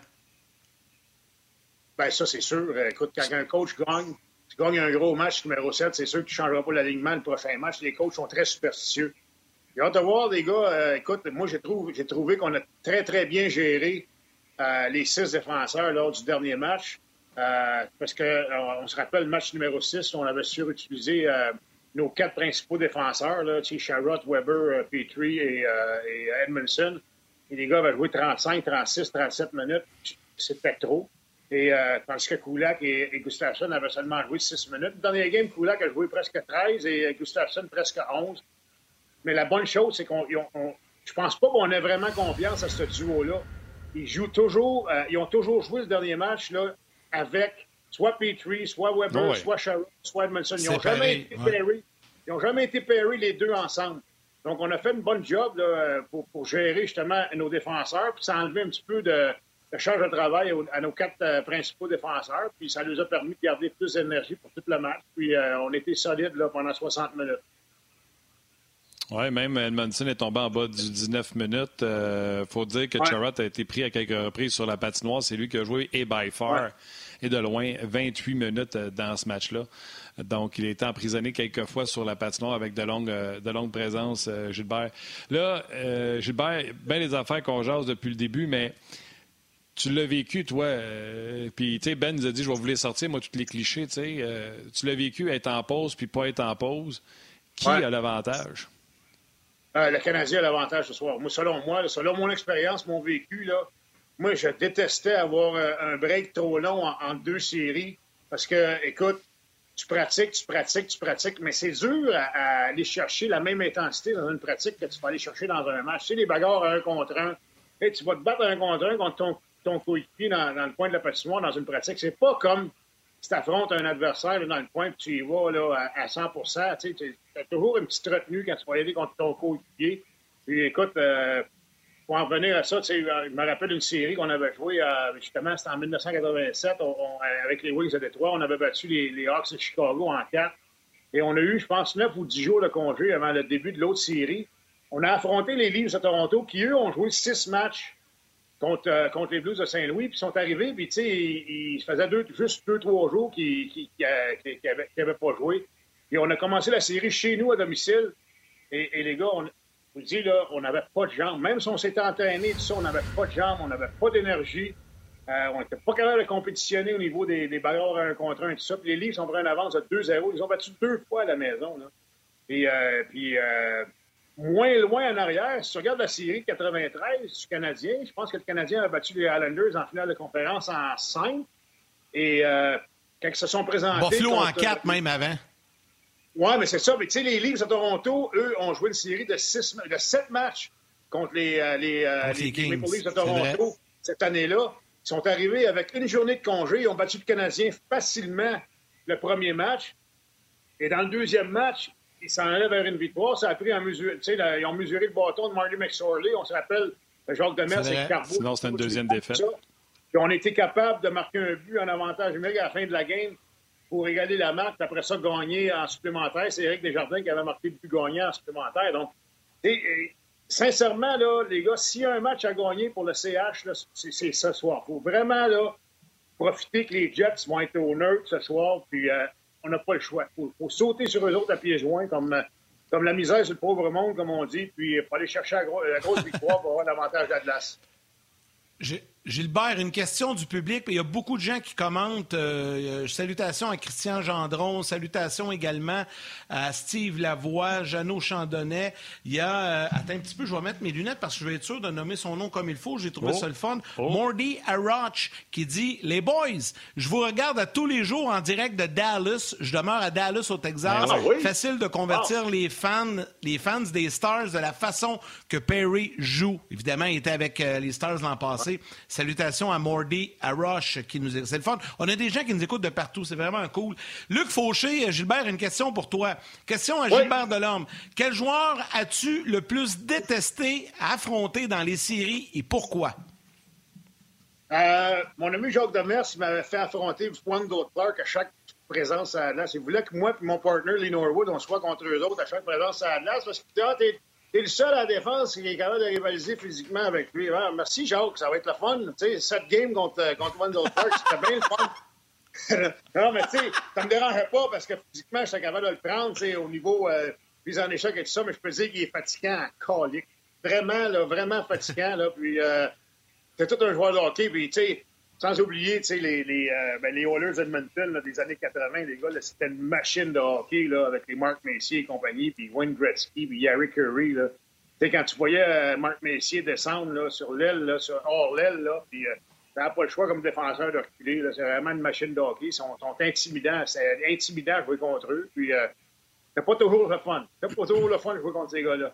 Bien, ça, c'est sûr. Écoute, quand un coach gagne, tu gagnes un gros match numéro 7, c'est sûr que tu ne changeras pas l'alignement le prochain match. Les coachs sont très superstitieux. J'ai hâte de voir, les gars. Écoute, moi, j'ai trouvé qu'on a très, très bien géré les 6 défenseurs lors du dernier match. Parce qu'on se rappelle, le match numéro 6, on avait surutilisé nos 4 principaux défenseurs, là, Sherrod, Weber, Petrie et Edmondson. Et les gars avaient joué 35, 36, 37 minutes. C'était trop. Et tandis que Kulak et Gustafsson avaient seulement joué 6 minutes. Dans les games, Kulak a joué presque 13 et Gustafsson presque 11. Mais la bonne chose, c'est je pense pas qu'on ait vraiment confiance à ce duo-là. Ils ont toujours joué ce dernier match là, avec soit Petrie, soit Weber, soit Sherrod, soit Edmondson. Ils n'ont jamais été pairés les deux ensemble. Donc, on a fait une bonne job là, pour gérer justement nos défenseurs, puis ça a enlevé un petit peu de charge de travail à nos 4 principaux défenseurs, puis ça nous a permis de garder plus d'énergie pour tout le match. Puis on était solides là, pendant 60 minutes. Oui, même Edmondson est tombé en bas du 19 minutes. Faut dire que Sherrod a été pris à quelques reprises sur la patinoire. C'est lui qui a joué et by far et de loin 28 minutes dans ce match-là. Donc, il a été emprisonné quelques fois sur la patinoire avec de longues présences, Gilbert. Là, Gilbert, bien les affaires qu'on jase depuis le début, mais tu l'as vécu, toi. Puis, tu sais, Ben nous a dit, je vais vous les sortir, moi, tous les clichés, tu sais. Tu l'as vécu être en pause puis pas être en pause. Qui a l'avantage? Le Canadien a l'avantage ce soir. Moi, selon mon expérience, mon vécu, là, moi, je détestais avoir un break trop long en 2 séries parce que, écoute, tu pratiques, mais c'est dur à aller chercher la même intensité dans une pratique que tu vas aller chercher dans un match. Tu sais, les bagarres à 1 contre 1, hey, tu vas te battre à 1 contre 1 contre ton coéquipier dans le coin de la patinoire dans une pratique. C'est pas comme si tu affrontes un adversaire là, dans le coin et tu y vas là, à 100%. Tu as toujours une petite retenue quand tu vas y aller contre ton coéquipier. Puis écoute, pour en revenir à ça, je me rappelle une série qu'on avait jouée, justement, c'était en 1987, avec les Wings de Détroit. On avait battu les Hawks de Chicago en 4. Et on a eu, je pense, 9 ou 10 jours de congé avant le début de l'autre série. On a affronté les Leafs de Toronto qui, eux, ont joué 6 matchs contre les Blues de Saint-Louis, puis ils sont arrivés, puis tu sais, ils faisaient juste 2-3 jours qu'ils n'avaient pas joué. Puis on a commencé la série chez nous à domicile. Et les gars, je vous dis, là, on n'avait pas de jambes. Même si on s'était entraîné, tout ça, on n'avait pas de jambes, on n'avait pas d'énergie. On n'était pas capable de compétitionner au niveau des bagarres 1 contre 1 et tout ça. Puis les Leafs ont pris une avance de 2-0. Ils ont battu 2 fois à la maison. Là. Puis moins loin en arrière, si tu regardes la série 93 du Canadien, je pense que le Canadien a battu les Islanders en finale de conférence en 5. Et quand ils se sont présentés... Buffalo en 4 même avant. Oui, mais c'est ça. Mais tu sais, les Leafs de Toronto, eux, ont joué une série de 7 matchs contre les Maple Leafs de Toronto cette année-là. Ils sont arrivés avec une journée de congé. Ils ont battu le Canadien facilement le premier match. Et dans le deuxième match, ils s'en allaient vers une victoire. Ça a pris ils ont mesuré le bâton de Marty McSorley. On se rappelle, Jacques Demers et Carbo. Sinon, c'était une deuxième défaite. Puis on a été capable de marquer un but en avantage numérique à la fin de la game pour égaler la marque. Puis après ça, gagner en supplémentaire. C'est Éric Desjardins qui avait marqué le but gagnant en supplémentaire. Donc, sincèrement, là, les gars, s'il y a un match à gagner pour le CH, là, c'est ce soir. Il faut vraiment là, profiter que les Jets vont être au neutre ce soir, puis on n'a pas le choix. Il faut sauter sur eux autres à pieds joints, comme la misère sur le pauvre monde, comme on dit, puis il faut aller chercher la grosse victoire pour avoir l'avantage de la glace. Gilbert, une question du public. Il y a beaucoup de gens qui commentent. Salutations à Christian Gendron. Salutations également à Steve Lavoie, Jeannot Chandonnet. Il y a... attends un petit peu, je vais mettre mes lunettes parce que je vais être sûr de nommer son nom comme il faut. J'ai trouvé ça le fun. Mordy Arach qui dit « Les boys, je vous regarde à tous les jours en direct de Dallas. Je demeure à Dallas, au Texas. Facile de convertir les fans des Stars de la façon que Perry joue. Évidemment, il était avec les Stars l'an passé. Salutations à Mordy, à Rush qui nous écoute. C'est le fun. On a des gens qui nous écoutent de partout. C'est vraiment cool. Luc Fauché, Gilbert, une question pour toi. Question à Gilbert Delorme. Quel joueur as-tu le plus détesté à affronter dans les séries et pourquoi? Mon ami Jacques Demers m'avait fait affronter Wendell Clark à chaque présence à Atlas. Il voulait que moi et mon partner, Lee Norwood, on soit contre eux autres à chaque présence à Atlas parce que t'es le seul à la défense qui est capable de rivaliser physiquement avec lui. Ah, merci, Jacques, ça va être le fun. Tu sais, 7 games contre Wendell Clark, c'était bien le fun. Non, mais tu sais, ça me dérangeait pas parce que physiquement, j'étais capable de le prendre, tu sais, au niveau mise en échec et tout ça, mais je peux dire qu'il est fatigant à calique. Vraiment, là, vraiment fatigant, là. Puis, c'est tout un joueur de hockey, puis, tu sais, sans oublier, tu sais, les Oilers Edmonton là, des années 80, les gars, là, c'était une machine de hockey là, avec les Mark Messier et compagnie, puis Wayne Gretzky, puis Gary Curry. Tu sais, quand tu voyais Mark Messier descendre là, sur l'aile, là, hors l'aile, là, puis t'as pas le choix comme défenseur de reculer. Là, c'est vraiment une machine de hockey. Ils sont intimidants. C'est intimidant de jouer contre eux. Puis, c'est pas toujours le fun. C'est pas toujours le fun de jouer contre ces gars-là.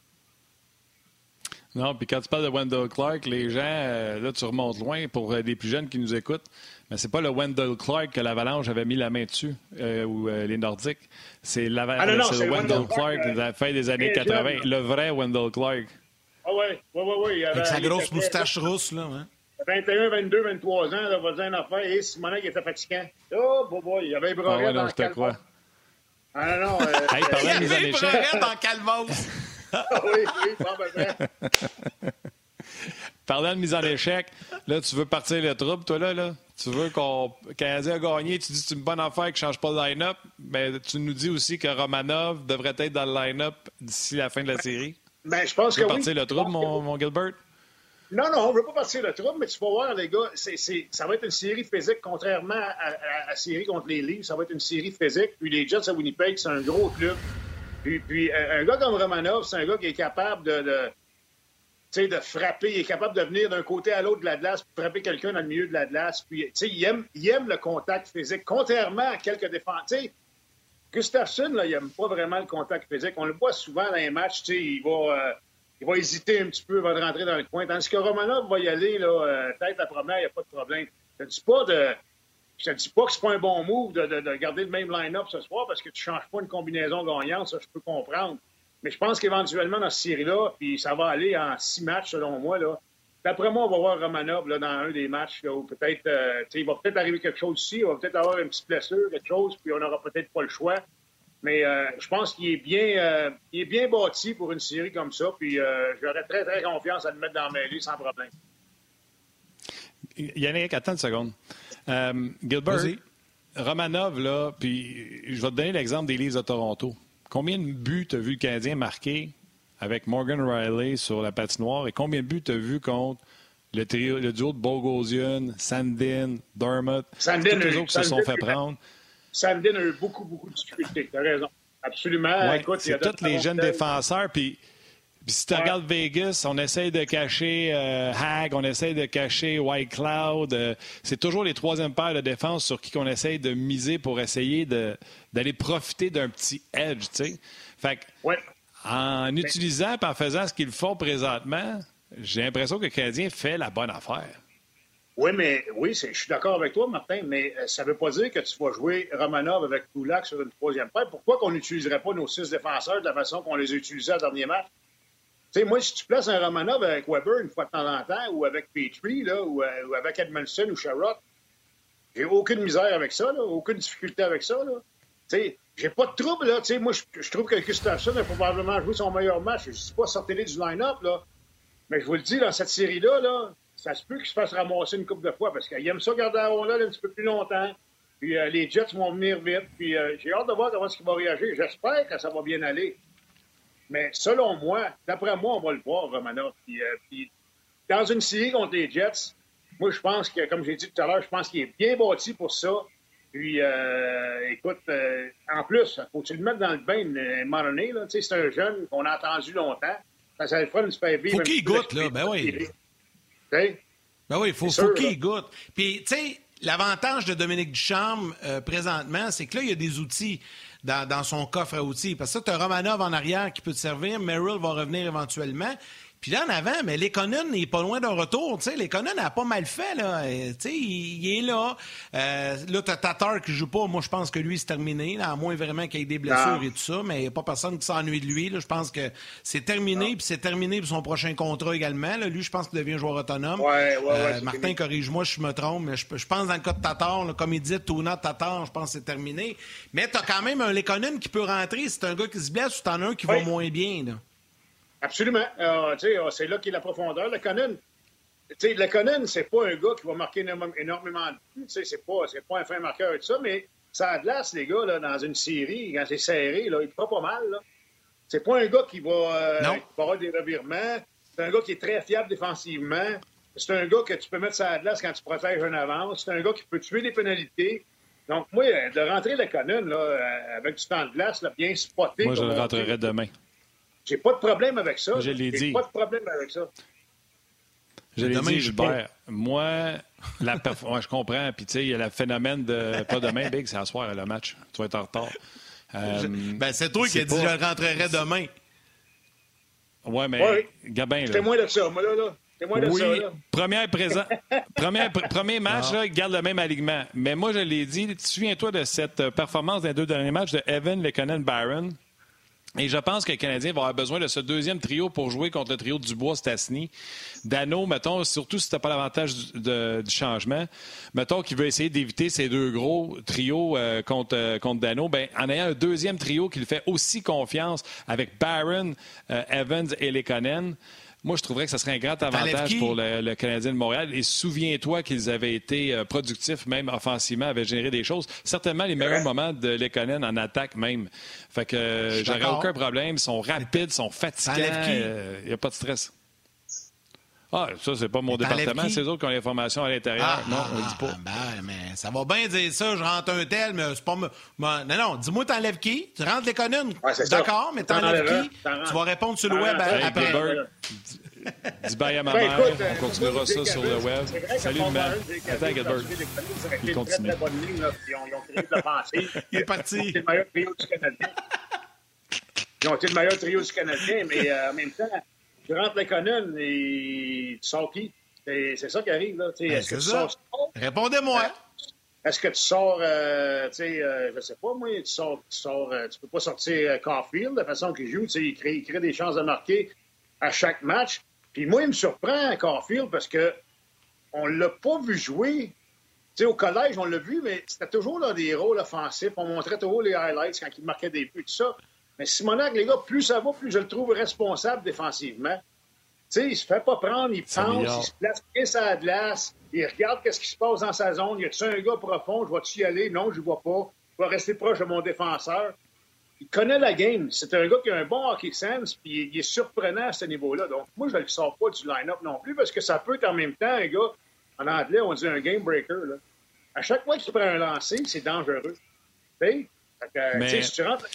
Non, puis quand tu parles de Wendell Clark, les gens, là, tu remontes loin pour les plus jeunes qui nous écoutent, mais c'est pas le Wendell Clark que l'Avalanche avait mis la main dessus, ou les Nordiques. C'est le Wendell Clark de la fin des années 80, jeune. Le vrai Wendell Clark. Ah oui. Avec sa grosse moustache rousse, là. Hein? 21, 22, 23 ans, là, va dire une affaire. Et Simonac était fatigant. Oh, boy, il y avait un Broguet dans le calvaire. Ah non, hey, parlant de mise en échec. dans Calvos. oui, probablement. Parlant de mise en échec, là, tu veux partir le trouble, toi, là? Tu veux qu'on Canadien a gagné, tu dis que c'est une bonne affaire qui ne change pas le line-up, mais tu nous dis aussi que Romanov devrait être dans le line-up d'ici la fin de la série. Ben, je pense que partir le trouble, mon Gilbert? Non, on ne veut pas partir le trouble, mais tu vas voir, les gars, ça va être une série physique, contrairement à la série contre les Leafs. Ça va être une série physique. Puis les Jets à Winnipeg, c'est un gros club. Puis un gars comme Romanov, c'est un gars qui est capable de frapper. Il est capable de venir d'un côté à l'autre de la glace pour frapper quelqu'un dans le milieu de la glace. Puis, il aime le contact physique, contrairement à quelques défenseurs. Gustafsson, là, il n'aime pas vraiment le contact physique. On le voit souvent dans les matchs, il va hésiter un petit peu avant de rentrer dans le coin. Tandis que Romanov va y aller, là, peut-être la première, il n'y a pas de problème. Je te dis pas que c'est pas un bon move de garder le même line-up ce soir parce que tu changes pas une combinaison gagnante, ça, je peux comprendre. Mais je pense qu'éventuellement, dans cette série-là, puis ça va aller en 6 matchs, selon moi, là. D'après moi, on va voir Romanov là, dans un des matchs, là, où peut-être, il va peut-être arriver quelque chose ici, il va peut-être avoir une petite blessure, quelque chose, puis on n'aura peut-être pas le choix. Mais je pense qu'il est bien bâti pour une série comme ça, puis j'aurais très, très confiance à le mettre dans la mêlée sans problème. Yannick, attends une seconde. Gilbert, Romanov, là, puis je vais te donner l'exemple des Leafs de Toronto. Combien de buts t'as vu le Canadien marquer avec Morgan Riley sur la patinoire et combien de buts t'as vu contre le duo de Bogosian, Sandin, Dermott, tous les autres qui se sont fait prendre? Sandin a eu beaucoup, beaucoup de difficultés. Tu as raison. Absolument. Ouais, écoute, c'est tous les jeunes défenseurs. Puis si tu regardes Vegas, on essaye de cacher Hag, on essaye de cacher White Cloud. C'est toujours les troisième paires de défense sur qui on essaye de miser pour essayer d'aller profiter d'un petit edge. T'sais. Fait que, en utilisant et en faisant ce qu'ils font présentement, j'ai l'impression que le Canadien fait la bonne affaire. Oui, je suis d'accord avec toi, Martin, mais ça ne veut pas dire que tu vas jouer Romanov avec Kulak sur une troisième paire. Pourquoi qu'on n'utiliserait pas nos 6 défenseurs de la façon qu'on les a utilisés à dernier match? Tu sais, moi, si tu places un Romanov avec Weber une fois de temps en temps, ou avec Petrie, là, ou avec Edmondson ou Sherrod, j'ai aucune misère avec ça, là, aucune difficulté avec ça. Là. Tu sais, j'ai pas de trouble, là. Tu sais, moi, je trouve que Gustafsson a probablement joué son meilleur match. Je ne dis pas sortez-les du line-up, là. Mais je vous le dis, dans cette série-là, là, ça se peut qu'il se fasse ramasser une couple de fois parce qu'il aime ça garder la rondelle un petit peu plus longtemps. Puis les Jets vont venir vite. Puis j'ai hâte de voir comment il va réagir. J'espère que ça va bien aller. Mais selon moi, d'après moi, on va le voir, Romanov. Puis dans une série contre les Jets, moi, je pense que, comme j'ai dit tout à l'heure, je pense qu'il est bien bâti pour ça. Puis, écoute, en plus, faut-tu le mettre dans le bain un moment donné, là? Tu sais, c'est un jeune qu'on a attendu longtemps. Ça le fera de se faire vivre. Faut qu'il goûte, là. Ben oui. Ben oui, faut qu'il goûte. Puis, tu sais, l'avantage de Dominique Ducharme, présentement, c'est que là, il y a des outils dans son coffre à outils. Parce que tu as Romanov en arrière qui peut te servir. Merrill va revenir éventuellement. Puis là, en avant, mais Lekonen n'est pas loin d'un retour. Tu sais, Lekonen a pas mal fait, là. Tu sais, il est là. Là, t'as Tatar qui joue pas. Moi, je pense que lui, c'est terminé, là, à moins vraiment qu'il y ait des blessures et tout ça. Mais il n'y a pas personne qui s'ennuie de lui, là. Je pense que c'est terminé. Puis c'est terminé pour son prochain contrat également, là. Lui, je pense qu'il devient joueur autonome. Martin, corrige-moi si je me trompe, mais je pense dans le cas de Tatar, là, comme il dit, Tuna Tatar, je pense que c'est terminé. Mais t'as quand même un Lekonen qui peut rentrer. C'est un gars qui se blesse ou t'en as un qui va moins bien, là. Absolument. C'est là qu'est la profondeur. Lekonen, c'est pas un gars qui va marquer énormément de buts. C'est pas un fin marqueur et tout ça, mais ça glace, les gars, là, dans une série, quand c'est serré, là, il fera pas mal. Là. C'est pas un gars qui va avoir des revirements. C'est un gars qui est très fiable défensivement. C'est un gars que tu peux mettre sur la glace quand tu protèges une avance. C'est un gars qui peut tuer des pénalités. Donc, moi, de rentrer Lekonen là, avec du temps de glace, là, bien spoté. Moi, je le rentrerai demain. J'ai pas de problème avec ça. Je l'ai dit. J'ai pas de problème avec ça. Je l'ai dit, Gilbert. Moi, je comprends. Puis, tu sais, il y a le phénomène de. Pas demain, Big, c'est à soir, le match. Tu vas être en retard. C'est toi qui as dit que je rentrerai demain. Ouais, mais Gabin, là. Témoin de ça, moi, là. Témoin de ça, là. Premier match, là, il garde le même alignement. Mais moi, je l'ai dit, souviens-toi de cette performance des 2 derniers matchs de Evan, Lekonen, Byron. Et je pense que le Canadien va avoir besoin de ce deuxième trio pour jouer contre le trio de Dubois-Stastny. Dano, mettons, surtout si tu n'as pas l'avantage du changement, mettons qu'il veut essayer d'éviter ces 2 gros trios contre Dano, ben, en ayant un deuxième trio qui le fait aussi confiance avec Barron, Evans et Lekonen, moi, je trouverais que ce serait un grand avantage pour le Canadien de Montréal. Et souviens-toi qu'ils avaient été productifs, même offensivement, avaient généré des choses. Certainement les meilleurs moments de Lekonen en attaque même. Fait que j'aurais aucun problème. Ils sont rapides, ils sont fatigants. Il n'y a pas de stress. Ah, ça, c'est pas mon département. C'est eux autres qui ont l'information à l'intérieur. Non, on ne le dit pas. Mais ça va bien dire ça. Je rentre un tel, mais c'est pas... Non, dis-moi, t'enlèves qui? Tu rentres Lekonen? D'accord, mais t'enlèves qui? Tu vas répondre sur le web après. Dis bye à ma mère. On continuera ça sur le web. Salut, man. Attends, Gilbert. Il continue. Ils ont créé de la pensée. Il est parti. Ils ont été le meilleur trio du Canadien, mais en même temps, tu rentres Lekonen et tu sors qui? C'est ça qui arrive, là. Est-ce que tu sors... Répondez-moi. Est-ce que tu sors, je sais pas, moi, tu peux pas sortir Caulfield de la façon qu'il joue, il crée des chances de marquer à chaque match. Puis moi, il me surprend, Caulfield, parce que on l'a pas vu jouer. Tu sais, au collège, on l'a vu, mais c'était toujours dans des rôles offensifs. On montrait toujours les highlights quand il marquait des buts, tout ça. Mais Simonac, les gars, plus ça va, plus je le trouve responsable défensivement. sais, il se fait pas prendre, il pense, il se place bien sur la glace, il regarde qu'est-ce qui se passe dans sa zone. Y a-tu un gars profond? Je vais-tu y aller? Non, je ne vois pas. Je vais rester proche de mon défenseur. Il connaît la game. C'est un gars qui a un bon hockey sense, puis il est surprenant à ce niveau-là. Donc, moi, je ne le sors pas du line-up non plus, parce que ça peut être en même temps un gars, en anglais, on dit un game breaker. Là. À chaque fois qu'il prend un lancer, c'est dangereux. Mais si tu rentres...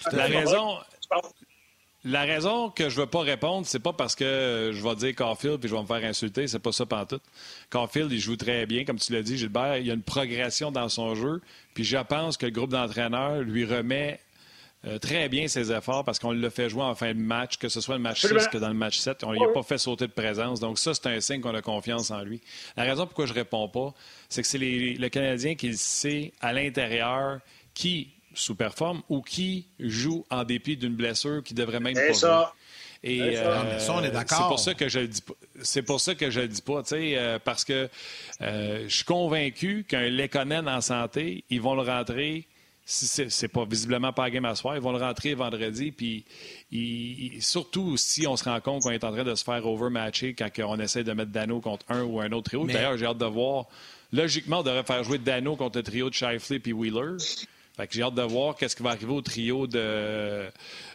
La raison que je veux pas répondre, c'est pas parce que je vais dire Caulfield puis je vais me faire insulter. C'est pas ça pantoute. Caulfield, il joue très bien. Comme tu l'as dit, Gilbert, il y a une progression dans son jeu. Puis je pense que le groupe d'entraîneurs lui remet très bien ses efforts parce qu'on l'a fait jouer en fin de match, que ce soit le match 6 que dans le match 7. On lui a pas fait sauter de présence. Donc ça, c'est un signe qu'on a confiance en lui. La raison pourquoi je réponds pas, c'est que c'est le Canadien qui sait à l'intérieur qui sous-performe ou qui joue en dépit d'une blessure qui devrait même pas jouer. Et ça, on est d'accord. C'est pour ça que je le dis pas. C'est pour ça que je le dis pas, parce que je suis convaincu qu'un Lekonen en santé, ils vont le rentrer. Si c'est pas visiblement pas à game à soir, ils vont le rentrer vendredi. Puis surtout si on se rend compte qu'on est en train de se faire overmatcher quand on essaie de mettre Dano contre un ou un autre trio. D'ailleurs, j'ai hâte de voir. Logiquement, on devrait faire jouer Dano contre le trio de Scheifele puis Wheeler. Fait que j'ai hâte de voir qu'est-ce qui va arriver au trio de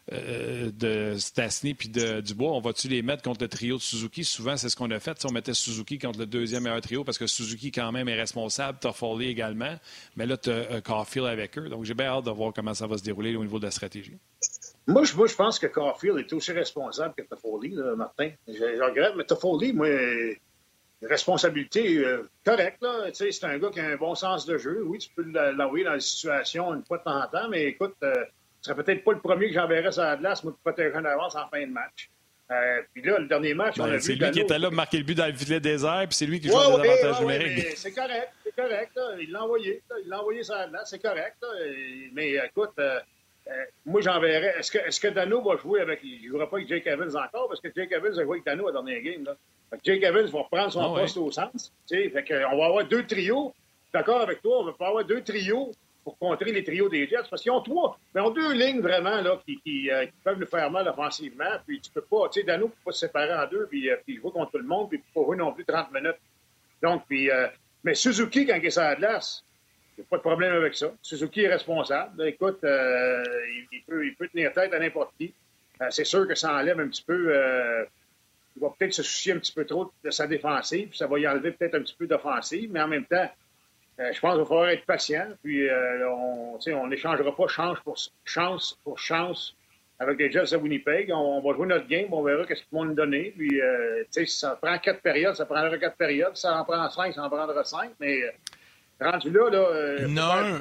Stastny puis de Dubois. On va-tu les mettre contre le trio de Suzuki? Souvent, c'est ce qu'on a fait. T'sais, on mettait Suzuki contre le deuxième meilleur trio parce que Suzuki, quand même, est responsable. Toffoli également. Mais là, tu as Caulfield avec eux. Donc, j'ai bien hâte de voir comment ça va se dérouler au niveau de la stratégie. Moi, je pense que Caulfield est aussi responsable que Toffoli, Martin. Je regrette, mais Toffoli, moi... responsabilité correcte, là. Tu sais, c'est un gars qui a un bon sens de jeu. Oui, tu peux l'envoyer dans la situation une fois de temps en temps, mais écoute, tu serais peut-être pas le premier que j'enverrais sur la glace, moi, pour protéger en avance en fin de match. Puis là, le dernier match, on a vu... C'est lui qui était là pour marquer le but dans le filet désert, puis c'est lui qui joue des avantages numériques. C'est correct, là. Il l'a envoyé sur la glace, c'est correct, là. Mais écoute... moi, j'enverrais. Est-ce que Dano va jouer avec. Il ne jouera pas avec Jake Evans encore, parce que Jake Evans a joué avec Dano à la dernière game. Là. Fait que Jake Evans va reprendre son poste au centre. Fait qu'on va avoir deux trios. D'accord avec toi, on va pas avoir deux trios pour contrer les trios des Jets, parce qu'ils ont trois. Mais ils ont deux lignes vraiment là, qui peuvent nous faire mal offensivement. Puis tu peux pas. Tu sais, Dano ne peut pas se séparer en deux, puis jouer contre tout le monde, puis il ne peut pas jouer non plus 30 minutes. Donc, mais Suzuki, quand il est sur la glace, il n'y a pas de problème avec ça. Suzuki est responsable. Écoute, il peut tenir tête à n'importe qui. C'est sûr que ça enlève un petit peu... il va peut-être se soucier un petit peu trop de sa défensive, puis ça va y enlever peut-être un petit peu d'offensive, mais en même temps, je pense qu'il va falloir être patient, puis on n'échangera pas chance pour chance avec les Jets de Winnipeg. On va jouer notre game, on verra qu'est-ce qu'ils vont nous donner, puis si ça prend 4 périodes, ça prendra 4 périodes. Si ça en prend 5, ça en prendra 5, mais... rendu là, il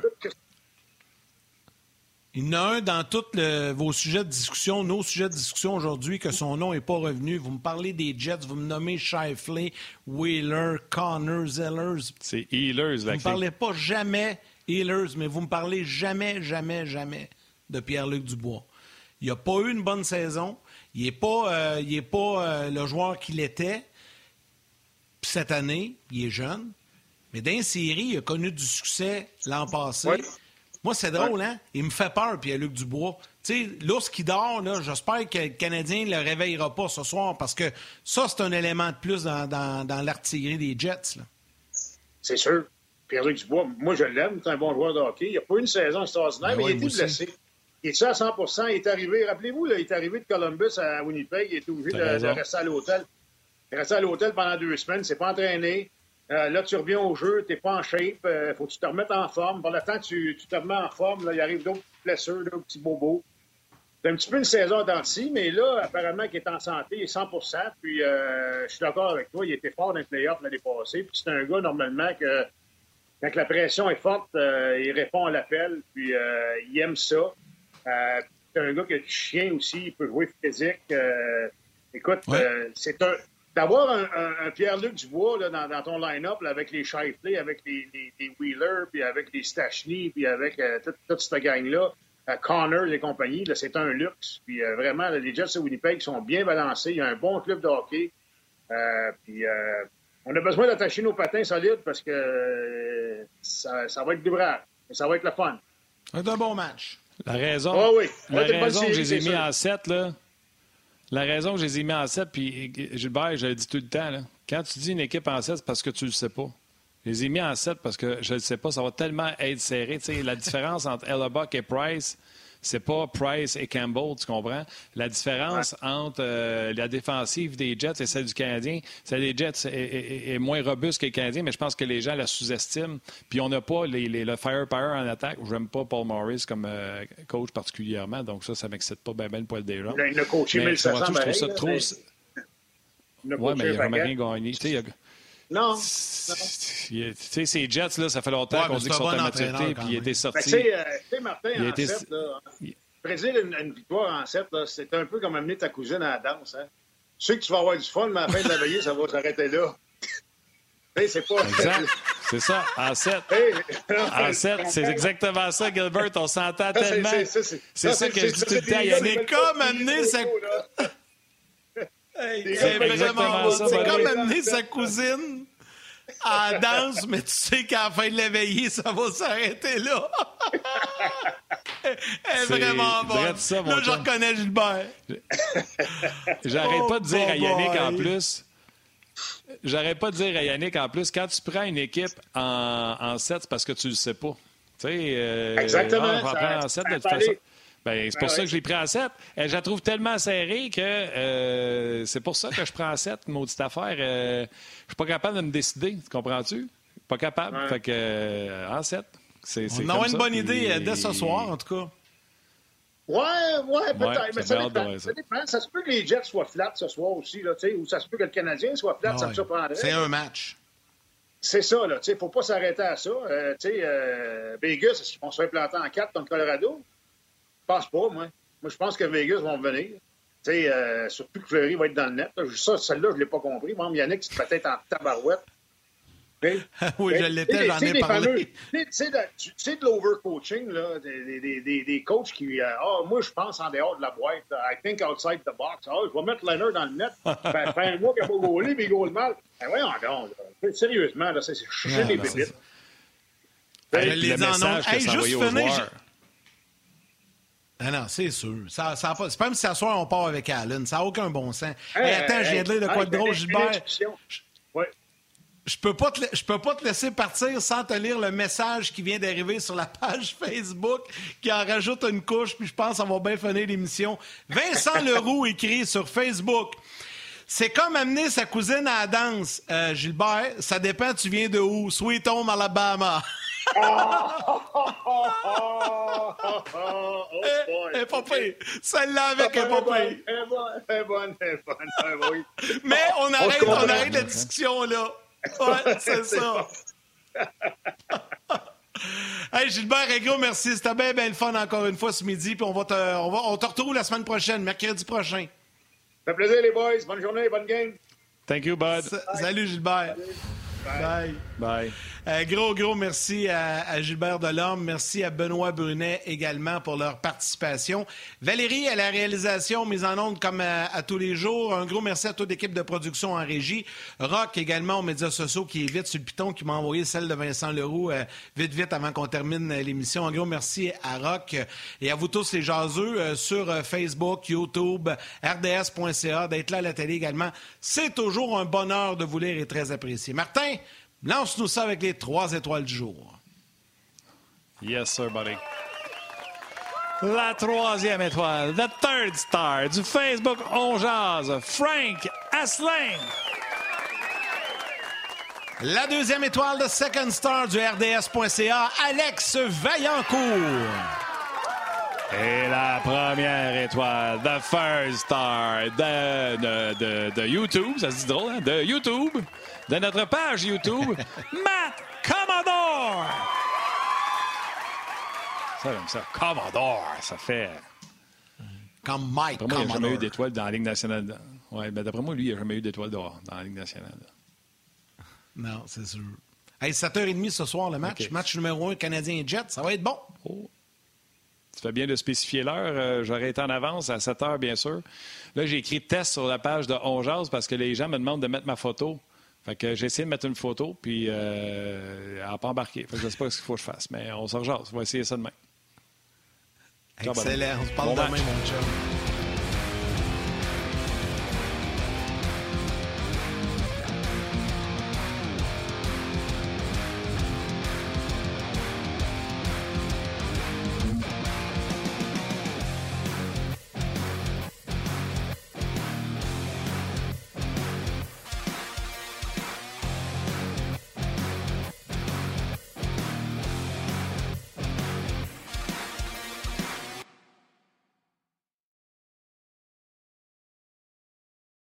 y en a un dans tous vos sujets de discussion, nos sujets de discussion aujourd'hui, que son nom n'est pas revenu. Vous me parlez des Jets, vous me nommez Scheifele, Wheeler, Connor, Zellers. C'est Ehlers. Vous ne me parlez pas jamais Ehlers, mais vous me parlez jamais de Pierre-Luc Dubois. Il n'a pas eu une bonne saison. Il n'est pas, le joueur qu'il était. Puis cette année, il est jeune. Mais dans les séries, il a connu du succès l'an passé. Ouais. Moi, c'est drôle, hein? Il me fait peur, Pierre-Luc Dubois. Tu sais, lorsqu'il dort, là, j'espère que le Canadien ne le réveillera pas ce soir parce que ça, c'est un élément de plus dans l'artillerie des Jets. Là. C'est sûr. Pierre-Luc Dubois, moi, je l'aime. C'est un bon joueur de hockey. Il n'a pas eu une saison extraordinaire, mais il a été blessé. Il est à 100%. Il est arrivé, rappelez-vous, là, il est arrivé de Columbus à Winnipeg. Il est obligé de rester à l'hôtel. Il est resté à l'hôtel pendant 2 semaines. Il ne s'est pas entraîné. Là, tu reviens au jeu, tu n'es pas en shape, faut que tu te remettes en forme. Par le temps que tu te remets en forme, là, il arrive d'autres blessures, d'autres petits bobos. C'est un petit peu une saison d'anti, mais là, apparemment, qu'il est en santé, il est 100%. Puis, je suis d'accord avec toi, il était fort dans les playoffs l'année passée. Puis, c'est un gars, normalement, que quand la pression est forte, il répond à l'appel, puis il aime ça. C'est un gars qui a du chien aussi, il peut jouer physique. Écoute, c'est un... D'avoir un Pierre-Luc Dubois là, dans ton line-up là, avec les Scheifele, avec les Wheeler, puis avec les Stastny, puis avec toute cette gang-là, Connor et compagnie, là, c'est un luxe. Puis vraiment, là, les Jets de Winnipeg sont bien balancés. Il y a un bon club de hockey. Puis on a besoin d'attacher nos patins solides parce que ça va être durable. Ça va être le fun. C'est un bon match. La raison, que je les ai mis en 7, là. La raison que je les ai mis en 7, puis Gilbert, je le dis tout le temps, là, quand tu dis une équipe en 7, c'est parce que tu le sais pas. Je les ai mis en 7 parce que je ne le sais pas, ça va tellement être serré. T'sais, la différence entre Hellebuck et Price, c'est pas Price et Campbell, tu comprends? La différence entre la défensive des Jets et celle du Canadien, celle des Jets est moins robuste que les Canadiens, mais je pense que les gens la sous-estiment. Puis on n'a pas le firepower en attaque. Je n'aime pas Paul Maurice comme coach particulièrement, donc ça ne m'excite pas bien le poil des gens. Il a coaché 1500 je trouve ça trop... Oui, mais il n'a jamais rien gagné. Non. Tu sais, ces Jets, là, ça fait longtemps qu'on dit qu'ils sont à maturité, puis il a été sorti. Tu sais, Martin, en 7, prédire une victoire en 7, c'est un peu comme amener ta cousine à la danse. Hein? Tu sais que tu vas avoir du fun, mais à la fin de la veillée, ça va s'arrêter là. C'est pas... Exact. C'est ça, en 7. En 7, c'est exactement ça, Gilbert. On s'entend tellement. C'est ça que je dis tout le temps. Il est comme amener sa... c'est vraiment beau. C'est comme amener sa cousine à la danse, mais tu sais qu'à la fin de la veillée, ça va s'arrêter là. Elle est vraiment bonne. Là, je reconnais Gilbert. J'arrête pas de dire à Yannick en plus... J'arrête pas de dire à Yannick en plus, quand tu prends une équipe en 7, c'est parce que tu le sais pas. Tu sais, exactement. Je vais prendre en 7 de toute façon. Ben, c'est pour ça que je l'ai pris en 7. Je la trouve tellement serrée que c'est pour ça que je prends en 7, maudite affaire. Je suis pas capable de me décider, tu comprends-tu? Pas capable. Ouais. Fait que en 7. On a une bonne idée dès ce soir, en tout cas. Ouais, peut-être. Ouais, mais ça dépend. Ça se peut que les Jets soient flats ce soir aussi, là, ou ça se peut que le Canadien soit flat, ça me surprendrait. C'est un match. C'est ça, là. Il ne faut pas s'arrêter à ça. Vegas, est-ce qu'ils vont se faire planter en 4 contre Colorado? Je pense pas, moi. Moi, je pense que Vegas vont venir. Surtout que Fleury va être dans le net. Ça, celle-là, je ne l'ai pas compris. Moi, Yannick, c'est peut-être en tabarouette. Oui, je l'étais, j'en ai parlé. Tu sais de l'overcoaching, là, des coachs qui... moi, je pense en dehors de la boîte. I think outside the box. Je vais mettre Leonard dans le net. Fait un mois qu'il n'a pas gaulé, mais il gaule mal. Voyons donc. Sérieusement, là, c'est chercher les bébites. Je l'ai dit en ondes. Juste finir... Non, c'est sûr. Ça pas... C'est pas même si ce soir, on part avec Allen. Ça n'a aucun bon sens. Attends, je viens de lire de quoi de drôle, Gilbert. Je peux pas te laisser partir sans te lire le message qui vient d'arriver sur la page Facebook qui en rajoute une couche, puis je pense qu'on va bien finir l'émission. Vincent Leroux écrit sur Facebook. C'est comme amener sa cousine à la danse, Gilbert. Ça dépend, tu viens de où? Sweet Home, Alabama. Elle est pas pire. Celle-là avec elle est pas pire. Elle est bonne. Oui. Mais on arrête la discussion là. Ouais, c'est ça. Hey, Gilbert et gros, merci. C'était bien le fun encore une fois ce midi. Puis on te retrouve la semaine prochaine, mercredi prochain. Ça fait plaisir, les boys. Bonne journée, bonne game. Thank you, bud. Salut, Gilbert. Bye. Gros merci à Gilbert Delorme. Merci à Benoît Brunet également pour leur participation. Valérie à la réalisation, mise en onde comme à tous les jours. Un gros merci à toute l'équipe de production en régie. Rock également aux médias sociaux qui est vite sur le piton, qui m'a envoyé celle de Vincent Leroux vite avant qu'on termine l'émission. Un gros merci à Rock et à vous tous les jaseux sur Facebook, YouTube, rds.ca, d'être là à la télé également. C'est toujours un bonheur de vous lire et très apprécié. Martin, lance-nous ça avec les 3 étoiles du jour. Yes, sir, buddy. La 3e étoile, the third star du Facebook On Jase, Frank Asselin. La 2e étoile, the second star du RDS.ca, Alex Vaillancourt. Et la première étoile, the first star de YouTube, ça se dit drôle, hein? De YouTube, de notre page YouTube, Matt Commodore. Ça, j'aime ça. Commodore, ça fait... Comme Mike Commodore. Il n'a jamais eu Commodore. d'étoile dans la Ligue nationale. Oui, ben d'après moi, lui, il n'a jamais eu d'étoile d'or dans la Ligue nationale. Non, c'est sûr. Hey, 7h30 ce soir, le match. Okay. Match numéro 1, Canadien-Jet. Ça va être bon. Oh. Tu fais bien de spécifier l'heure. J'aurais été en avance à 7h, bien sûr. Là, j'ai écrit test sur la page de On Jase parce que les gens me demandent de mettre ma photo. Fait que j'ai essayé de mettre une photo, puis elle n'a pas embarqué. Fait que je ne sais pas ce qu'il faut que je fasse, mais on se rejase. On va essayer ça demain. Excellent. On se parle demain, mon chum.